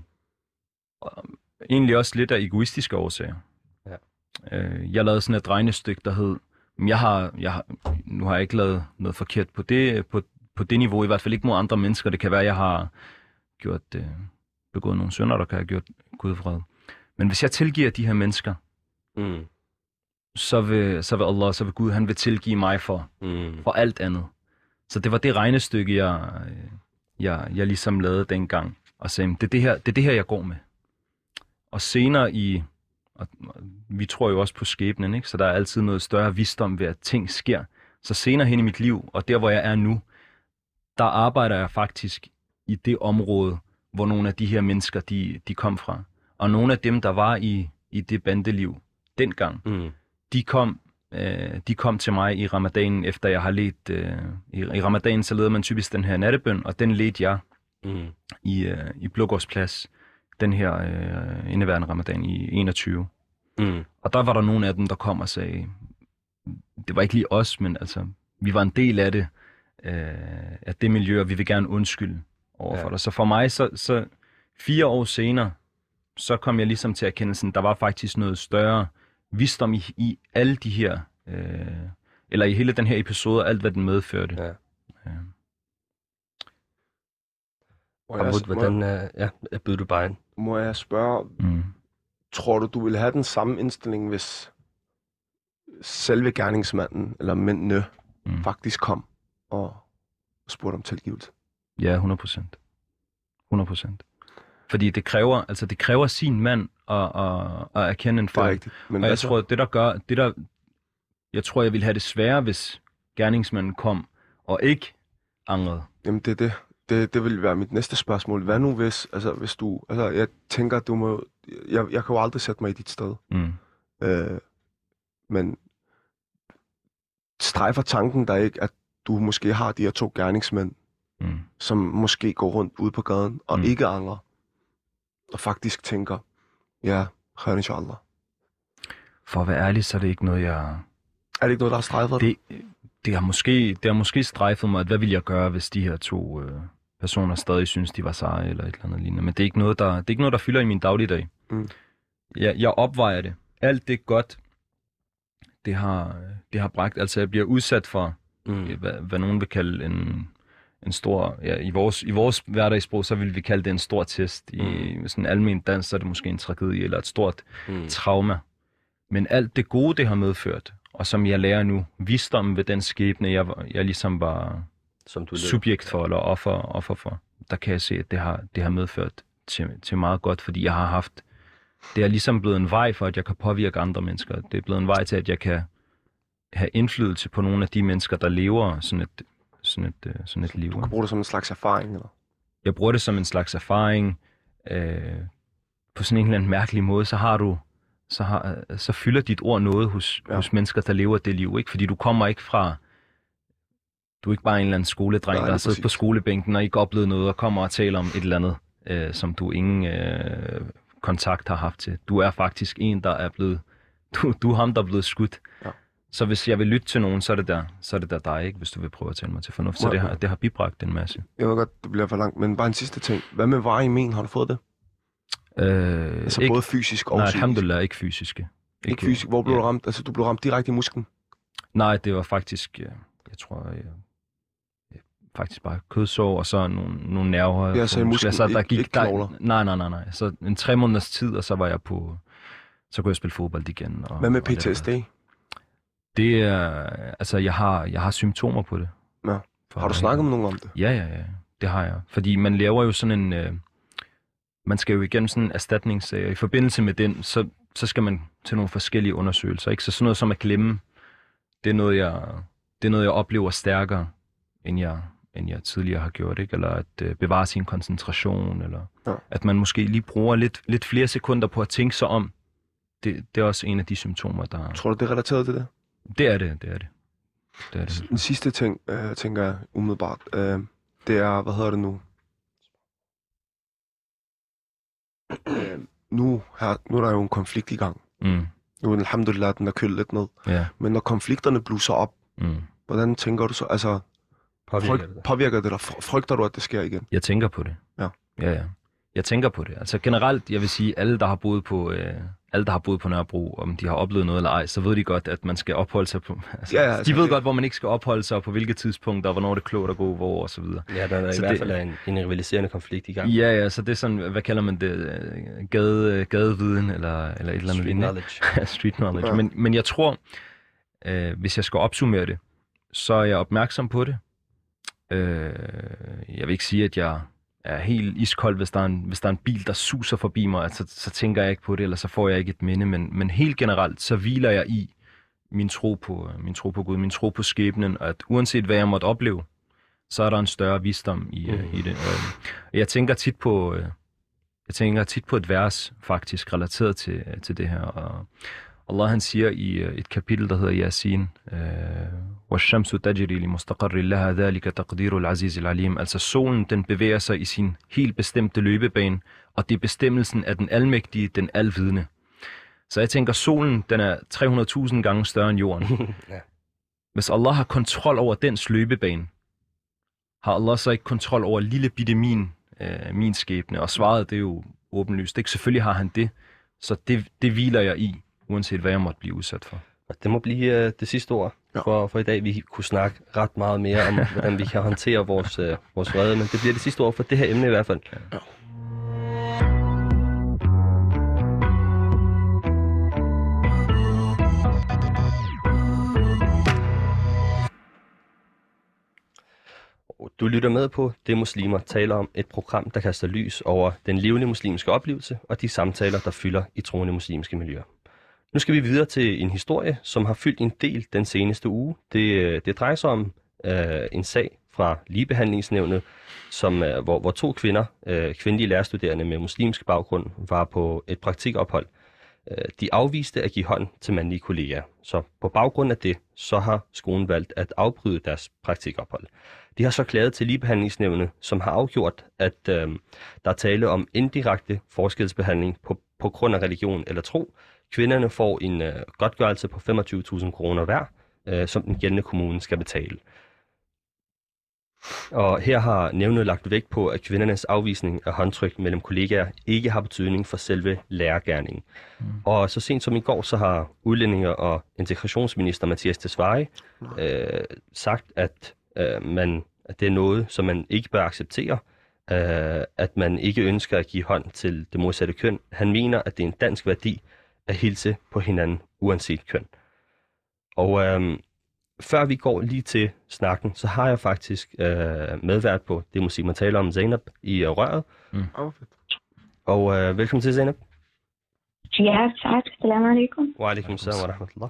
Og egentlig også lidt af egoistiske årsager. Ja. Øh, jeg lavede sådan et regnestykke, der hed, jeg har, jeg har, nu har jeg ikke lavet noget forkert på det, på, på det niveau, i hvert fald ikke mod andre mennesker. Det kan være, at jeg har gjort, øh, begået nogle synder, der kan have gjort Gud vred. Men hvis jeg tilgiver de her mennesker, mm. så, vil, så vil Allah, så vil Gud, han vil tilgive mig for, mm. for alt andet. Så det var det regnestykke, jeg, jeg, jeg ligesom lavede dengang, og sagde, det er det her, det er det her, jeg går med. Og senere i, og vi tror jo også på skæbnen, ikke? Så der er altid noget større visdom ved, at ting sker. Så senere hen i mit liv, og der hvor jeg er nu, der arbejder jeg faktisk i det område, hvor nogle af de her mennesker, de, de kom fra. Og nogle af dem, der var i, i det bandeliv dengang, mm. de, kom, øh, de kom til mig i ramadanen, efter jeg har ledt, øh, i, i ramadanen, så leder man typisk den her nattebøn, og den ledte jeg mm. i, øh, i Blågårdsplads, den her øh, indeværende ramadan i enogtyve. Mm. Og der var der nogle af dem, der kom og sagde, det var ikke lige os, men altså, vi var en del af det, øh, af det miljø, og vi vil gerne undskylde overfor Ja. dig. Så for mig, så, så fire år senere, så kom jeg ligesom til erkendelsen, der var faktisk noget større visdom i, i alle de her, øh, eller i hele den her episode, alt hvad den medførte. Ja. Ja. Må Og jeg, Wood, må, hvordan uh, ja, byder du bare ind? må jeg spørge, Mm. tror du, du ville have den samme indstilling, hvis selve gerningsmanden, eller mændene, Mm. faktisk kom og spurgte om tilgivelse? Ja, hundrede procent. hundrede procent. Fordi det kræver, altså det kræver sin mand at, at, at erkende en Det er fejl. rigtigt. Men Og hvad jeg så? tror, det der gør, det der, jeg tror, jeg ville have det sværere, hvis gerningsmanden kom og ikke angrede. Jamen, det er det. Det, det vil være mit næste spørgsmål. Hvad nu hvis, altså hvis du, altså jeg tænker, du må, jeg, jeg kan jo aldrig sætte mig i dit sted. Mm. Øh, men strejfer tanken der ikke, at du måske har de her to gerningsmænd, Mm. som måske går rundt ude på gaden og Mm. mm. ikke angrer, og faktisk tænker, ja, khair inshallah. For at være ærlig, så er det ikke noget, jeg... Er det ikke noget, der har strejfet dig? Det, det, har måske, det har måske strejfet mig, at hvad ville jeg gøre, hvis de her to øh, personer stadig synes, de var seje eller et eller andet lignende. Men det er ikke noget, der, det er ikke noget, der fylder i min dagligdag. Mm. Jeg, jeg opvejer det. Alt det godt, det har, det har bragt. Altså, jeg bliver udsat for, Mm. hvad, hvad nogen vil kalde en, en stor... Ja, i, vores, I vores hverdagssprog, så vil vi kalde det en stor test. I mm. sådan en almen dans, så er det måske en tragedie eller et stort Mm. trauma. Men alt det gode, det har medført, og som jeg lærer nu, visdommen ved den skæbne, jeg, var- jeg ligesom var Som du subjekt for, eller offer, offer for, der kan jeg se, at det har, det har medført til, til meget godt, fordi jeg har haft, det er ligesom blevet en vej for, at jeg kan påvirke andre mennesker. Det er blevet en vej til, at jeg kan have indflydelse på nogle af de mennesker, der lever sådan et, sådan et, øh, sådan et liv. Du kan bruge det som en slags erfaring, eller? Jeg bruger det som en slags erfaring. Øh, på sådan en eller anden mærkelig måde, så har du, så, har, så fylder dit ord noget hos, Ja. ja. hos mennesker, der lever det liv, ikke? Fordi du kommer ikke fra, du er ikke bare en eller anden skoledreng, Nej, der har lige siddet på præcis. skolebænken og ikke oplevet noget, og kommer og taler om et eller andet, øh, som du ingen øh, kontakt har haft til. Du er faktisk en, der er blevet, du, du er ham, der er blevet skudt. Ja. Så hvis jeg vil lytte til nogen, så er det der, så er det der dig, ikke? Hvis du vil prøve at tale mig til fornuft. Så Må det jeg- har, det har bibragt en masse. Jeg ved godt, det bliver for langt, men bare en sidste ting. Hvad med varig men? Har du fået det? Øh, Altså ikke, både fysisk og nej, psykisk? alhamdulillah, ikke fysiske. Ikke fysisk. Hvor blev ja. du ramt? Altså, du blev ramt direkte i musklen? Nej, det var faktisk, jeg, jeg tror, jeg, jeg, faktisk bare kødsår, og så nogle, nogle nerver. Ja, så i musklen, altså, der ikke- gik, ikke der, knogler. Nej, nej, nej, nej. Så en tre måneders tid, og så var jeg på, så kunne jeg spille fodbold igen. Og, Hvad med og det P T S D? var- Det er, altså, jeg har, jeg har symptomer på det. Ja. For Har du at- snakket med nogen om det? Ja, ja, ja. Det har jeg. Fordi man laver jo sådan en... Øh, man skal jo igennem sådan en erstatningssag, og i forbindelse med den, så, så skal man til nogle forskellige undersøgelser. Ikke? Så sådan noget som at glemme, det er noget, jeg, det er noget, jeg oplever stærkere, end jeg, end jeg tidligere har gjort. Ikke? Eller at øh, bevare sin koncentration, eller Ja. at man måske lige bruger lidt, lidt flere sekunder på at tænke sig om. Det, det er også en af de symptomer, der... Tror du, det er relateret til det? Det er det, det er det. Det er det. En sidste ting, øh, tænker jeg umiddelbart, øh, det er, hvad hedder det nu? øh, nu, her, nu er der jo en konflikt i gang. Mm, Nu er alhamdulillah, den er kølet lidt ned. ja. Men når konflikterne blusser op, Mm. hvordan tænker du så? Altså, Påvirker det frygt, dig? påvirker det dig? Fry- Frygter du, at det sker igen? Jeg tænker på det. Ja. Ja, ja. Jeg tænker på det. Altså generelt, jeg vil sige, alle der har boet på, øh, alle der har boet på Nørrebro, om de har oplevet noget eller ej, så ved de godt, at man skal opholde sig på. Altså, Ja, ja, de altså, ved det- godt, hvor man ikke skal opholde sig, og på hvilke tidspunkter, og hvornår det er klogt at gå hvor og så videre. Ja, der er i Så hvert det- fald en, en rivaliserende konflikt i gang. Ja, ja, så det er sådan, hvad kalder man det, øh, gade, gadeviden eller, eller et eller andet Street lignende. knowledge. Street knowledge. Ja. Men, men jeg tror, øh, hvis jeg skal opsummere det, så er jeg opmærksom på det. Øh, jeg vil ikke sige, at jeg er helt iskold, hvis der er en, hvis der er en bil, der suser forbi mig, så, så tænker jeg ikke på det, eller så får jeg ikke et minde. Men, men helt generelt, så hviler jeg i min tro på, min tro på Gud, min tro på skæbnen, og at uanset hvad jeg måtte opleve, så er der en større visdom i, Mm. mm. i det. Og jeg tænker tit på, øh, jeg tænker tit på et vers, faktisk, relateret til, til det her. Og Allah han siger i øh, et kapitel, der hedder Yasin, وَالشَّمْسُ تَجْرِي لِمُسْتَقَرِّ لَهَا ذَلِكَ تَقْدِيرُ الْعَزِيزِ الْعَلِيمِ. Altså solen, den bevæger sig i sin helt bestemte løbebane, og det er bestemmelsen af den almægtige, den alvidende. Så jeg tænker, solen den er tre hundrede tusind gange større end jorden. Ja. Hvis Allah har kontrol over dens løbebane, har Allah så ikke kontrol over lille bitte min, øh, min skæbne? Og svaret det er jo åbenlyst. Ikke? Selvfølgelig har han det, så det, det hviler jeg i, uanset hvad jeg måtte blive udsat for. Og det må blive uh, det sidste ord for, for i dag. Vi kunne snakke ret meget mere om, hvordan vi kan håndtere vores, uh, vores vrede, men det bliver det sidste ord for det her emne i hvert fald. Ja. Du lytter med på Det Muslimer taler om, et program, der kaster lys over den levende muslimske oplevelse og de samtaler, der fylder i troende muslimske miljøer. Nu skal vi videre til en historie, som har fyldt en del den seneste uge. Det, det drejer sig om øh, en sag fra Ligebehandlingsnævnet, som, øh, hvor, hvor to kvinder, øh, kvindelige lærerstuderende med muslimsk baggrund, var på et praktikophold. Øh, de afviste at give hånd til mandlige kollegaer, så på baggrund af det, så har skolen valgt at afbryde deres praktikophold. De har så klaget til Ligebehandlingsnævnet, som har afgjort, at øh, der er tale om indirekte forskelsbehandling på, på grund af religion eller tro. Kvinderne får en øh, godtgørelse på femogtyve tusind kroner hver, øh, som den gældende kommune skal betale. Og her har nævnet lagt vægt på, at kvindernes afvisning af håndtryk mellem kollegaer ikke har betydning for selve lærergerningen. Mm. Og så sent som i går, så har udlændinge- og integrationsminister Mattias Tesfaye øh, sagt, at, øh, man, at det er noget, som man ikke bør acceptere, øh, at man ikke ønsker at give hånd til det modsatte køn. Han mener, at det er en dansk værdi at hilse på hinanden uanset køn. Og øh, før vi går lige til snakken, så har jeg faktisk øh, medvært på Det Muslimer taler om, Zainab i røret. Mm. Og øh, velkommen til, Zainab. Ja, tak. Assalamu alaikum. Wa alaikum salam wa rahmatullah.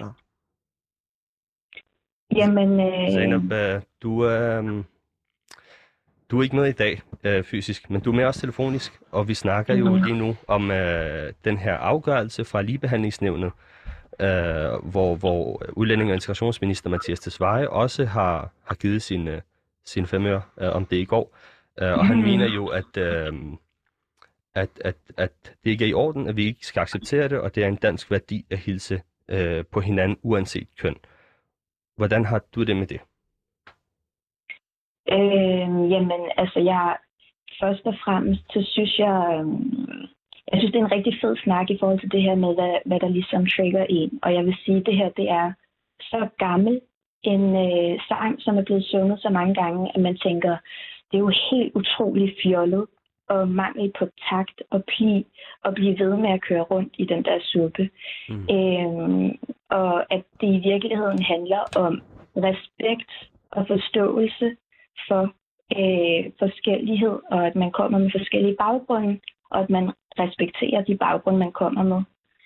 Jamen, øh... Zainab, øh, du, øh, du er ikke med i dag øh, fysisk, men du er med også telefonisk, og vi snakker jo mm. lige nu om øh, den her afgørelse fra Ligebehandlingsnævnet, øh, hvor, hvor udlænding- og integrationsminister Mattias Tesfaye også har, har givet sin, øh, sin femøre øh, om det i går. Øh, og han mm. mener jo, at, øh, at, at, at det ikke er i orden, at vi ikke skal acceptere det, og det er en dansk værdi at hilse øh, på hinanden uanset køn. Hvordan har du det med det? Øh, jamen, altså jeg først og fremmest, så synes jeg, øh, jeg synes det er en rigtig fed snak i forhold til det her med, hvad, hvad der ligesom trigger en. Og jeg vil sige, det her, det er så gammel en øh, sang, som er blevet sunget så mange gange, at man tænker, det er jo helt utroligt fjollet og mangel på takt og pli og blive ved med at køre rundt i den der suppe. Mm. Øh, og at det i virkeligheden handler om respekt og forståelse for øh, forskellighed, og at man kommer med forskellige baggrunde, og at man respekterer de baggrunde, man kommer med.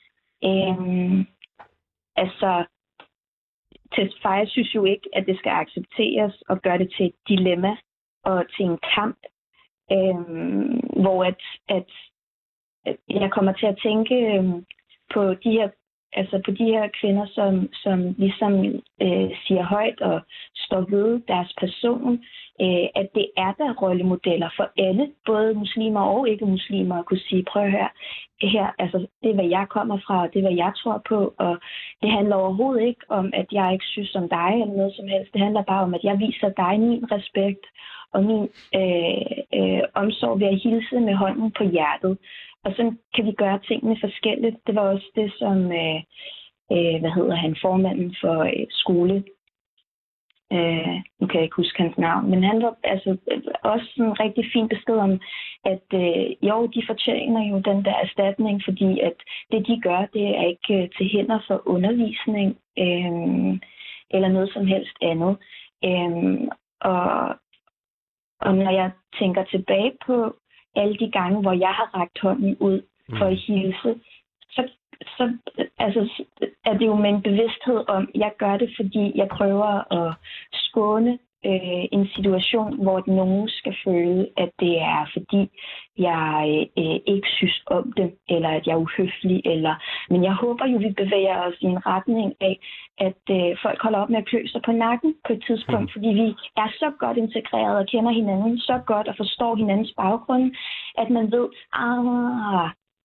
Øh, altså, Tesfaye synes jo ikke, at det skal accepteres og gøre det til et dilemma og til en kamp, øh, hvor at, at, at jeg kommer til at tænke øh, på de her Altså på de her kvinder, som, som ligesom øh, siger højt og står ved deres person, øh, at det er der rollemodeller for alle, både muslimer og ikke-muslimer, at kunne sige, prøv at høre, her, altså, det er, hvad jeg kommer fra, og det er, hvad jeg tror på, og det handler overhovedet ikke om, at jeg ikke synes om dig eller noget som helst. Det handler bare om, at jeg viser dig min respekt og min øh, øh, omsorg ved at hilse med hånden på hjertet. Og så kan vi gøre tingene forskelligt. Det var også det, som øh, øh, hvad hedder han, formanden for øh, skole. Øh, nu kan jeg ikke huske hans navn, men han var altså også en rigtig fin besked om, at øh, jo, de fortjener jo den der erstatning, fordi at det, de gør, det er ikke øh, til hinder for undervisning øh, eller noget som helst andet. Øh, og, og når jeg tænker tilbage på alle de gange, hvor jeg har rakt hånden ud for at hilse, så, så altså, er det jo med en bevidsthed om, at jeg gør det, fordi jeg prøver at skåne øh, en situation, hvor nogen skal føle, at det er, fordi jeg øh, ikke synes om det, eller at jeg er uhøflig. Eller... Men jeg håber jo, vi bevæger os i en retning af, at øh, folk holder op med at klø sig på nakken på et tidspunkt, mm. fordi vi er så godt integreret og kender hinanden så godt og forstår hinandens baggrund, at man ved, ah,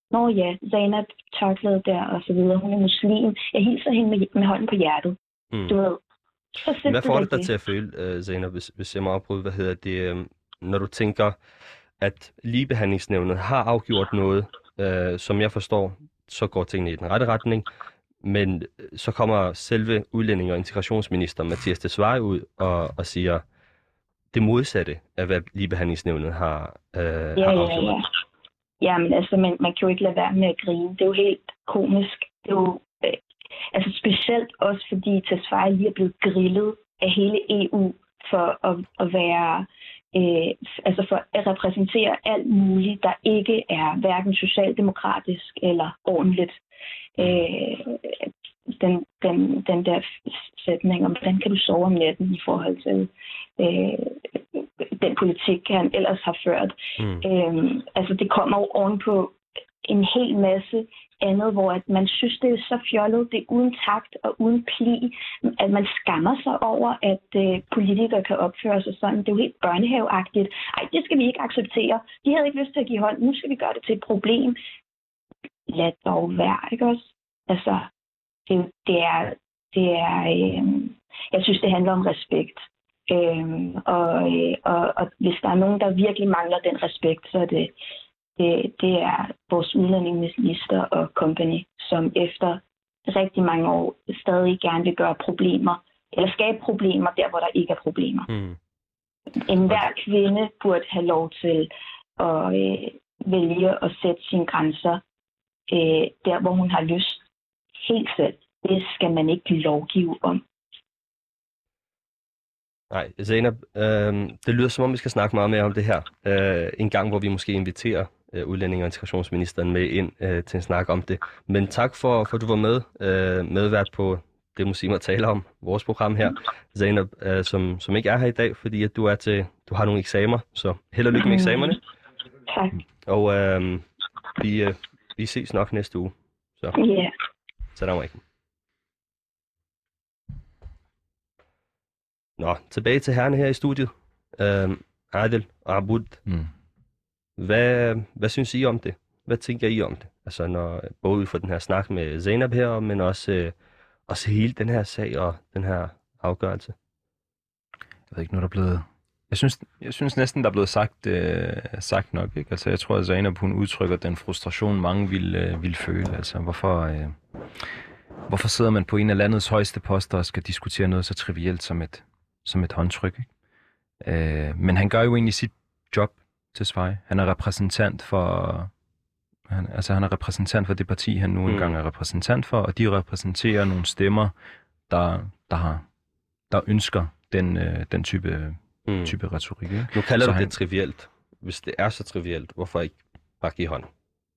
nå ja, Zainab tørklæde der og så videre, hun er muslim. Jeg hilser hende med, med hånden på hjertet. Mm. Du ved. Så Hvad får det dig det. til at føle, uh, Zainab, hvis, hvis jeg må afbryde, hvad hedder det, um, når du tænker, at ligebehandlingsnævnet har afgjort noget, uh, som jeg forstår, så går tingene i den rette retning, men så kommer selve udlænding- og integrationsminister Mattias Tesfaye ud og, og siger det modsatte af, hvad ligebehandlingsnævnet har, uh, Ja, har ja, afgjort. ja. Ja, men altså, man, man kan jo ikke lade være med at grine. Det er jo helt komisk. Det er jo, øh, altså specielt også fordi Tesfaye lige er blevet grillet af hele E U for at, at være, øh, altså for at repræsentere alt muligt, der ikke er hverken socialdemokratisk eller ordentligt. Øh, den, den, den der sætning om, hvordan kan du sove om natten i forhold til øh, den politik, han ellers har ført. Mm. Øhm, altså det kommer jo ovenpå en hel masse andet, hvor at man synes, det er så fjollet, det er uden takt og uden pli, at man skammer sig over, at øh, politikere kan opføre sig sådan. Det er jo helt børnehaveagtigt. Ej, det skal vi ikke acceptere. De havde ikke lyst til at give hånd. Nu skal vi gøre det til et problem. Lad dog være, ikke også? Altså, det, det er... Det er øh, jeg synes, det handler om respekt. Øhm, og, og, og hvis der er nogen, der virkelig mangler den respekt, så er det, det, det er vores udlændingeminister og company, som efter rigtig mange år stadig gerne vil gøre problemer, eller skabe problemer der, hvor der ikke er problemer. Mm. En hver kvinde burde have lov til at øh, vælge at sætte sine grænser øh, der, hvor hun har lyst helt selv. Det skal man ikke lovgive om. Nej, Zainab, øh, det lyder som om, vi skal snakke meget mere om det her. Øh, en gang, hvor vi måske inviterer øh, udlænding- og integrationsministeren med ind øh, til en snak om det. Men tak for, for at du var med, øh, medvært på det muslimer taler om, vores program her. Zainab, øh, som, som ikke er her i dag, fordi at du, er til, du har nogle eksamener, så held og lykke med eksamerne. Tak. Og øh, vi, øh, vi ses nok næste uge. Så, Ja. Yeah. Salam alaikum. Nå, tilbage til herrene her i studiet. Øhm, Adel og Abud. Mm. Hvad, hvad synes I om det? Hvad tænker I om det? Altså, når, både ud fra den her snak med Zainab her, men også, øh, også hele den her sag og den her afgørelse. Jeg ved ikke, nu er der blevet... Jeg synes, jeg synes næsten, der er blevet sagt, øh, sagt nok. Ikke? Altså, jeg tror, at Zainab, hun udtrykker den frustration, mange vil, øh, vil føle. Altså, hvorfor, øh, hvorfor sidder man på en af landets højeste poster og skal diskutere noget så trivielt som et, som et håndtryk? Ikke? Øh, men han gør jo egentlig sit job, Tesfaye. Han er repræsentant for... Han, altså, han er repræsentant for det parti, han nu mm. engang er repræsentant for, og de repræsenterer nogle stemmer, der, der, har, der ønsker den, øh, den type... Mm. type retorik. Ikke? Nu kalder så du han... det trivielt. Hvis det er så trivielt, hvorfor ikke bare give hånd?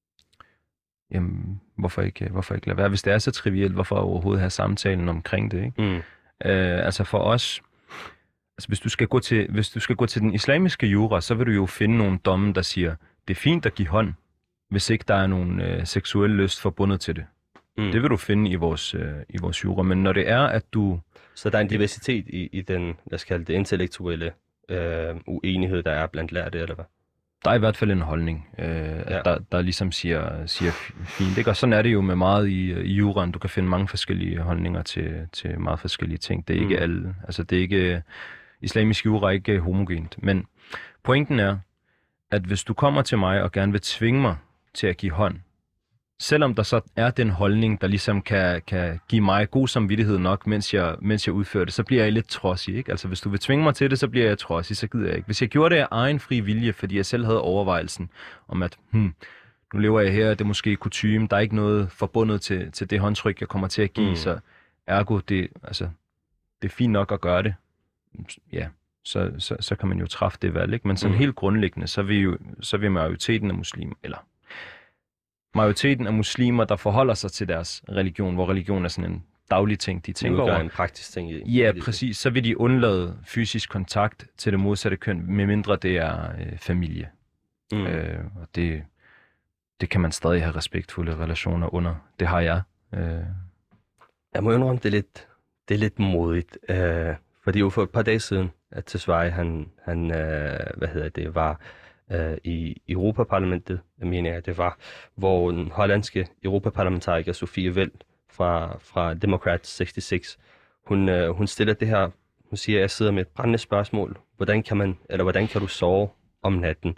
Jamen, hvorfor ikke, hvorfor ikke lade være? Hvis det er så trivielt, hvorfor overhovedet have samtalen omkring det? Ikke? Mm. Øh, altså for os, altså hvis du skal gå til, hvis du skal gå til den islamiske jura, så vil du jo finde nogle domme, der siger, det er fint at give hånd, hvis ikke der er nogen øh, seksuel lyst forbundet til det. Mm. Det vil du finde i vores, øh, i vores jura. Men når det er, at du... Så der er en diversitet i, i den, lad os kalde det, intellektuelle øh, uenighed, der er blandt lærte, eller hvad? Der er i hvert fald en holdning, øh, ja. der, der ligesom siger, siger fint. Ikke? Og sådan er det jo med meget i, i juraen. Du kan finde mange forskellige holdninger til, til meget forskellige ting. Det er ikke mm. alle. Altså det er ikke... Islamisk jura er ikke homogent. Men pointen er, at hvis du kommer til mig og gerne vil tvinge mig til at give hånd, selvom der så er den holdning, der ligesom kan, kan give mig god samvittighed nok, mens jeg, mens jeg udfører det, så bliver jeg lidt trodsig, ikke? Altså, hvis du vil tvinge mig til det, så bliver jeg trodsig, så gider jeg ikke. Hvis jeg gjorde det af egen fri vilje, fordi jeg selv havde overvejelsen om, at hmm, nu lever jeg her, det er måske kutyme, der er ikke noget forbundet til, til det håndtryk, jeg kommer til at give, mm. så ergo, det, altså, det er fint nok at gøre det. Ja, så, så, så kan man jo træffe det valg, ikke? Men sådan mm. helt grundlæggende, så er vi jo så er vi majoriteten af muslimer, eller majoriteten af muslimer, der forholder sig til deres religion, hvor religion er sådan en daglig ting, de tænker over. en praktisk ting i. Ja, præcis. Så vil de undlade fysisk kontakt til det modsatte køn, medmindre det er øh, familie. Mm. Øh, og det, det kan man stadig have respektfulde relationer under. Det har jeg. Øh. Jeg må indrømme, det er lidt, det er lidt modigt. Øh, fordi jo for et par dage siden, at Tesfaye, han, han øh, hvad hedder det, var øh, i Europaparlamentet, mener jeg det var, hvor den hollandske europaparlamentariker Sofie Veld fra, fra Democrats seksogtres, hun, øh, hun stiller det her, hun siger, at jeg sidder med et brændende spørgsmål. Hvordan kan man, eller hvordan kan du sove om natten?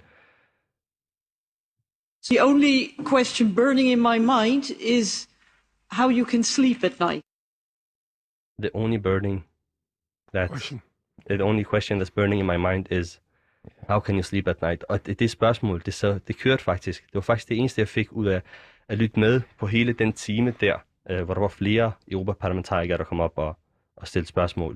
The only question burning in my mind is how you can sleep at night. The only burning that Question. the only question that's burning in my mind is how can you sleep at night? Og det, det spørgsmål, det, så, det kørte faktisk. Det var faktisk det eneste, jeg fik ud af at lytte med på hele den time der, øh, hvor der var flere europaparlamentarikere, der kom op og, og stillede spørgsmål.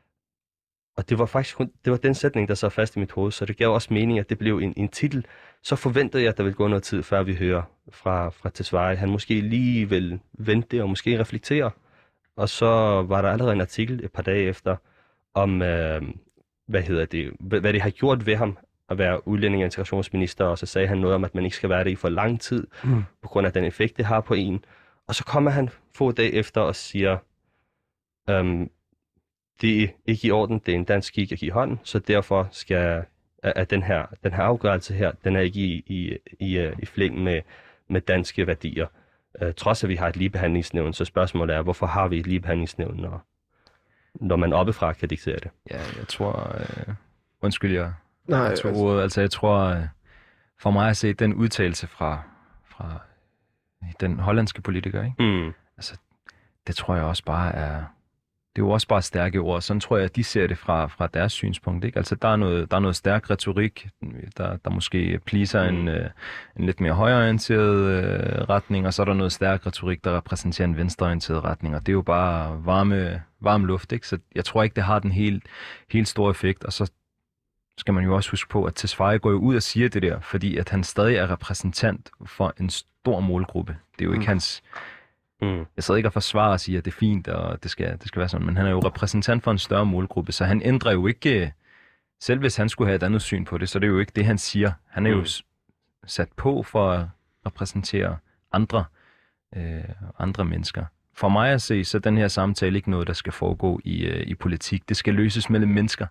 Og det var faktisk kun, det var den sætning, der så fast i mit hoved, så det gav også mening, at det blev en, en titel. Så forventede jeg, at der ville gå noget tid, før vi hører fra, fra Tesfaye. Han måske lige vil vente og måske reflektere. Og så var der allerede en artikel et par dage efter, om øh, hvad hedder det, hvad det har gjort ved ham at være udlænding- og integrationsminister, og så sagde han noget om, at man ikke skal være det i for lang tid, mm. på grund af den effekt, det har på en. Og så kommer han få dage efter og siger, øhm, det er ikke i orden, det er en dansk skik at give hånden, så derfor skal at den her, den her afgørelse her, den er ikke i, i, i, i flæng med, med danske værdier. Uh, trods at vi har et ligebehandlingsnævn, så spørgsmålet er, hvorfor har vi et ligebehandlingsnævn, når, når man oppefra kan diktere det? Ja, jeg tror... Øh, undskyld, jeg, Nej, jeg tog altså- ordet. Altså, jeg tror, øh, for mig at se den udtalelse fra, fra den hollandske politiker, ikke? Mm. Altså, det tror jeg også bare er... Det er jo også bare stærke ord. Sådan tror jeg, at de ser det fra, fra deres synspunkt. Ikke? Altså, der er noget, der er noget stærk retorik, der, der måske pleaser en, øh, en lidt mere højreorienteret øh, retning, og så er der noget stærk retorik, der repræsenterer en venstreorienteret retning, og det er jo bare varme, varm luft. Ikke? Så jeg tror ikke, det har den helt, helt store effekt, og så skal man jo også huske på, at Tesfaye går jo ud og siger det der, fordi at han stadig er repræsentant for en stor målgruppe. Det er jo ikke mm. hans... Mm. Jeg sidder ikke og forsvarer og siger, at det er fint, og det skal, det skal være sådan, men han er jo repræsentant for en større målgruppe, så han ændrer jo ikke, selv hvis han skulle have et andet syn på det, så det er jo ikke det, han siger. Han er jo mm. sat på for at repræsentere andre, øh, andre mennesker. For mig at se, så er den her samtale ikke noget, der skal foregå i, øh, i politik. Det skal løses mellem mennesker.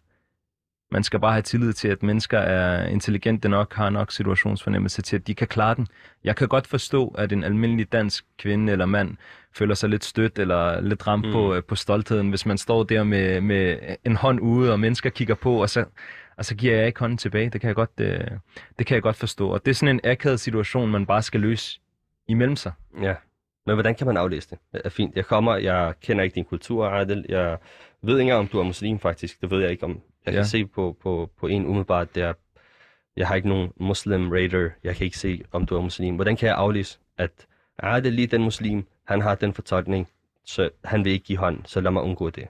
Man skal bare have tillid til, at mennesker er intelligente nok, har nok situationsfornemmelse til, at de kan klare den. Jeg kan godt forstå, at en almindelig dansk kvinde eller mand føler sig lidt stødt eller lidt ramt mm. på, på stoltheden, hvis man står der med, med en hånd ude, og mennesker kigger på, og så, og så giver jeg ikke hånden tilbage. Det kan jeg godt, øh, det kan jeg godt forstå. Og det er sådan en akavet situation, man bare skal løse imellem sig. Ja, men hvordan kan man aflæse det? Det er fint. Jeg kommer, jeg kender ikke din kultur, Adel. Jeg ved ikke om du er muslim faktisk. Det ved jeg ikke om. Jeg kan ja. se på, på, på en umiddelbart, der jeg har ikke nogen muslim radar. Jeg kan ikke se, om du er muslim. Hvordan kan jeg aflæse, at er det lige den muslim, han har den fortolkning, så han vil ikke give hånd, så lad mig undgå det.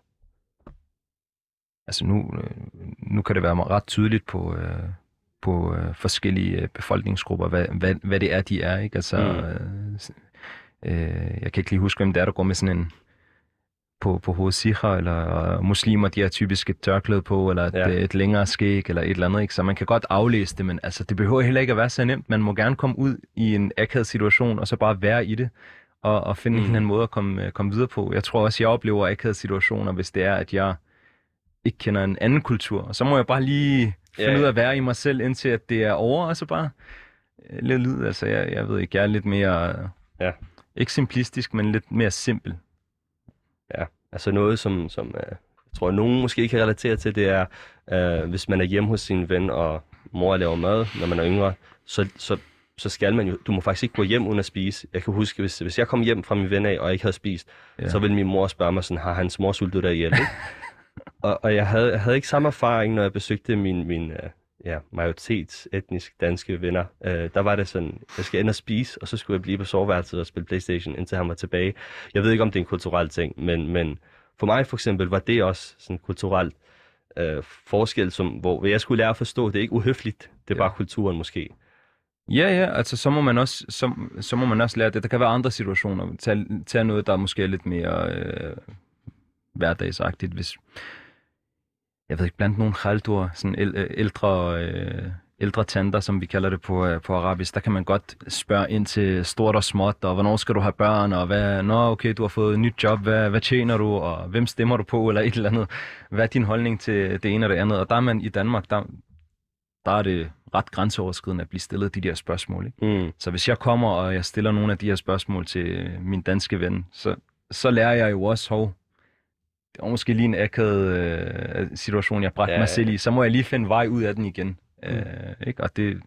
Altså nu, nu kan det være ret tydeligt på, øh, på øh, forskellige befolkningsgrupper, hvad, hvad, hvad det er, de er. Ikke? Altså, mm. øh, jeg kan ikke lige huske, hvem det er, der går med sådan en på, på hovedet sikher, eller uh, muslimer, de har typisk et tørklæde på, eller et, ja. et længere skæg, eller et eller andet, ikke? Så man kan godt aflæse det, men altså, det behøver heller ikke at være så nemt. Man må gerne komme ud i en akavet situation, og så bare være i det, og, og finde mm. en anden måde at komme, komme videre på. Jeg tror også, jeg oplever akavede situationer, hvis det er, at jeg ikke kender en anden kultur, og så må jeg bare lige finde ja, ja. ud af at være i mig selv, indtil at det er over, og så bare lidt lyd. Altså, jeg, jeg ved ikke, jeg er lidt mere, ja. ikke simplistisk, men lidt mere simpel. Ja, altså noget, som, som uh, jeg tror, at nogen måske kan relatere til, det er, uh, hvis man er hjemme hos sin ven, og mor laver mad, når man er yngre, så, så, så skal man jo, du må faktisk ikke gå hjem uden at spise. Jeg kan huske, hvis, hvis jeg kom hjem fra min ven af, og jeg ikke havde spist, ja. så ville min mor spørge mig sådan, har hans mor sultet dig ihjel? og, og jeg havde, jeg havde ikke samme erfaring, når jeg besøgte min, min uh, ja, majoritets etnisk danske venner. Uh, der var det sådan, jeg skal ind og spise, og så skulle jeg blive på soveværelset og spille PlayStation, indtil han var tilbage. Jeg ved ikke, om det er en kulturel ting, men, men for mig for eksempel var det også sådan en kulturel uh, forskel, som, hvor jeg skulle lære at forstå, det er ikke uhøfligt, det er ja. bare kulturen måske. Ja, ja, altså så må man også, så, så må man også lære det. Der kan være andre situationer. Tag, tag noget, der måske er lidt mere øh, hverdagsagtigt, hvis... Jeg ved ikke, blandt nogle khaldur, sådan ældre, øh, ældre tanter, som vi kalder det på, øh, på arabisk, der kan man godt spørge ind til stort og småt, og hvornår skal du have børn, og hvad, nå okay, du har fået et nyt job, hvad, hvad tjener du, og hvem stemmer du på, eller et eller andet. Hvad er din holdning til det ene og det andet? Og der er man i Danmark, der, der er det ret grænseoverskridende at blive stillet de der spørgsmål. Ikke? Mm. Så hvis jeg kommer, og jeg stiller nogle af de her spørgsmål til min danske ven, så, så lærer jeg jo også, hov, det var måske lige en akavet øh, situation, jeg bragte Ja, mig selv ja. i. Så må jeg lige finde vej ud af den igen. Mm. Øh, ikke? Og det,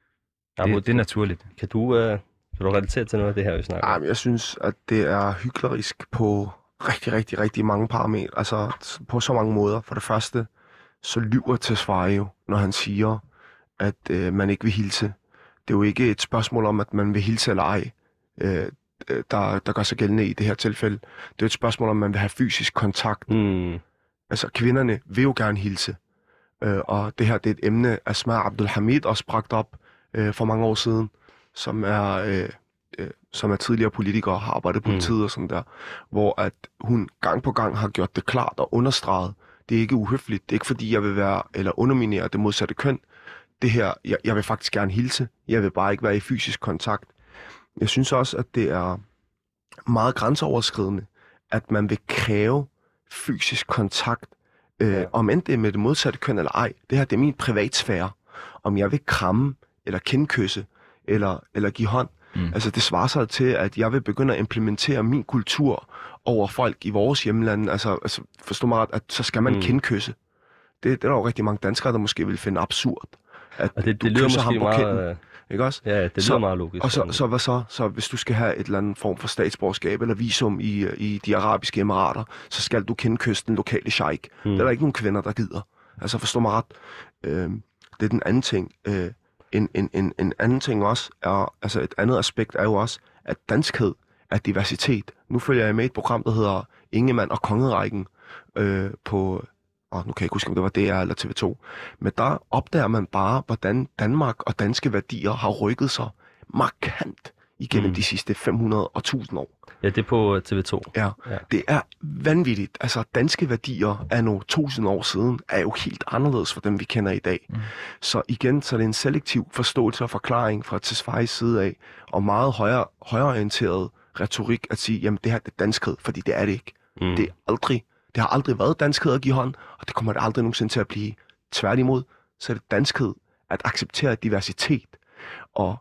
Abu, det, det er naturligt. Kan du, øh, kan du relatere til noget af det her, vi snakker Ej, om? men jeg synes, at det er hyklerisk på rigtig, rigtig, rigtig mange parametre. Altså på så mange måder. For det første, så lyver Tesfaye jo, når han siger, at øh, man ikke vil hilse. Det er jo ikke et spørgsmål om, at man vil hilse eller ej, øh, der, der gør sig gældende i det her tilfælde. Det er et spørgsmål om, at man vil have fysisk kontakt. Mm. Altså, kvinderne vil jo gerne hilse. Øh, og det her, det er et emne, Asma Abdul Hamid også bragt op øh, for mange år siden, som er, øh, øh, som er tidligere politiker og har arbejdet i politiet mm. og sådan der, hvor at hun gang på gang har gjort det klart og understreget, det er ikke uhøfligt, det er ikke fordi, jeg vil være eller underminere det modsatte køn. Det her, jeg, jeg vil faktisk gerne hilse, jeg vil bare ikke være i fysisk kontakt. Jeg synes også, at det er meget grænseoverskridende, at man vil kræve fysisk kontakt, øh, ja. om end det er med det modsatte køn eller ej. Det her, det er min privatsfære. Om jeg vil kramme, eller kindkysse, eller, eller give hånd. Mm. Altså, det svarer sig til, at jeg vil begynde at implementere min kultur over folk i vores hjemlande. Altså, altså forstå mig ret, at så skal man mm. kindkysse. Det, det er der jo rigtig mange danskere, der måske vil finde absurd. At Og det, du det lyder kysser ham måske på meget... kinden, øh, ikke også? Ja, det lyder Så- meget logisk. Og så, så hvad så? Så hvis du skal have et eller andet form for statsborgerskab eller visum i, i de arabiske emirater, så skal du kindkysse den lokale sheik. Mm. Det er der ikke nogen kvinder, der gider. Altså forstå mig ret. Øh, det er den anden ting. Øh, en, en, en, en anden ting også er, altså et andet aspekt er jo også, at danskhed er diversitet. Nu følger jeg med i et program, der hedder Ingemann og Kongerækken øh, på... Og nu kan jeg ikke huske, om det var D R eller T V to. Men der opdager man bare, hvordan Danmark og danske værdier har rykket sig markant igennem mm. de sidste fem hundrede og tusind år. Ja, det er på T V to. Ja, Ja. det er vanvittigt. Altså, danske værdier af nogle tusind år siden er jo helt anderledes for dem, vi kender i dag. Mm. Så igen, så er det en selektiv forståelse og forklaring fra Tesfayes side af, og meget højere, højreorienteret retorik at sige, jamen det her det er danskhed, fordi det er det ikke. Mm. Det er aldrig Det har aldrig været danskhed at give hånd, og det kommer det aldrig nogensinde til at blive. Tværtimod, så er det danskhed at acceptere diversitet. Og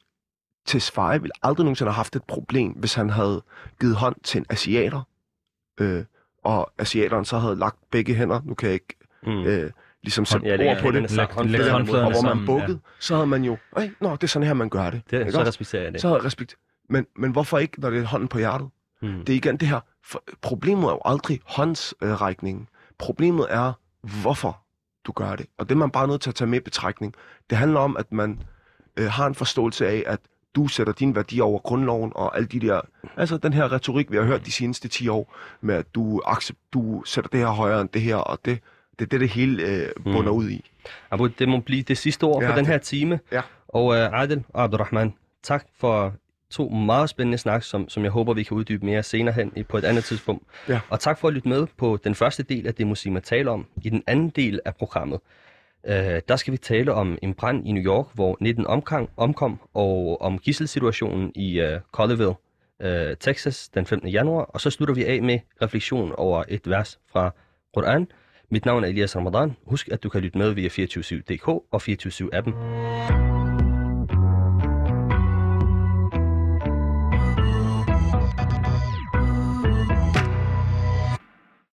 Tesfaye ville aldrig nogensinde have haft et problem, hvis han havde givet hånd til en asiater, øh, og asiateren så havde lagt begge hænder, nu kan jeg ikke Mm. øh, ligesom sætte Ja, ja, det er- ord på det er det, sagt håndfladerne Lægge mod håndfladerne og hvor man sammen, bukkede, så havde man jo, nej, nå, det er sådan her, man gør det. Det, ikke så også? respekterer jeg det. Så havde jeg respekt. Men, men hvorfor ikke, når det er hånden på hjertet? Mm. Det er igen det her. For, problemet er jo aldrig håndsrækningen. Problemet er, hvorfor du gør det. Og det er man bare nødt til at tage med i betragtning. Det handler om, at man øh, har en forståelse af, at du sætter dine værdier over grundloven og alle de der... Altså den her retorik, vi har hørt de seneste ti år, med at du, accept, du sætter det her højere end det her, og det det er det, det hele øh, bunder mm. ud i. Abu, det må blive det sidste ord Ja, for den det- her time. Ja. Og uh, Adel og Abdurrahman, tak for to meget spændende snak, som, som jeg håber, vi kan uddybe mere senere hen i- på et andet tidspunkt. Ja. Og tak for at lytte med på den første del af det, Muslimer taler om. I den anden del af programmet, uh, der skal vi tale om en brand i New York, hvor nitten omkom, omkom og om gidselsituationen i uh, Colleyville, uh, Texas, den femtende januar. Og så slutter vi af med refleksion over et vers fra Koran. Mit navn er Elias Ramadan. Husk, at du kan lytte med via fireogtyve syv punktum d k og fireogtyve syv appen.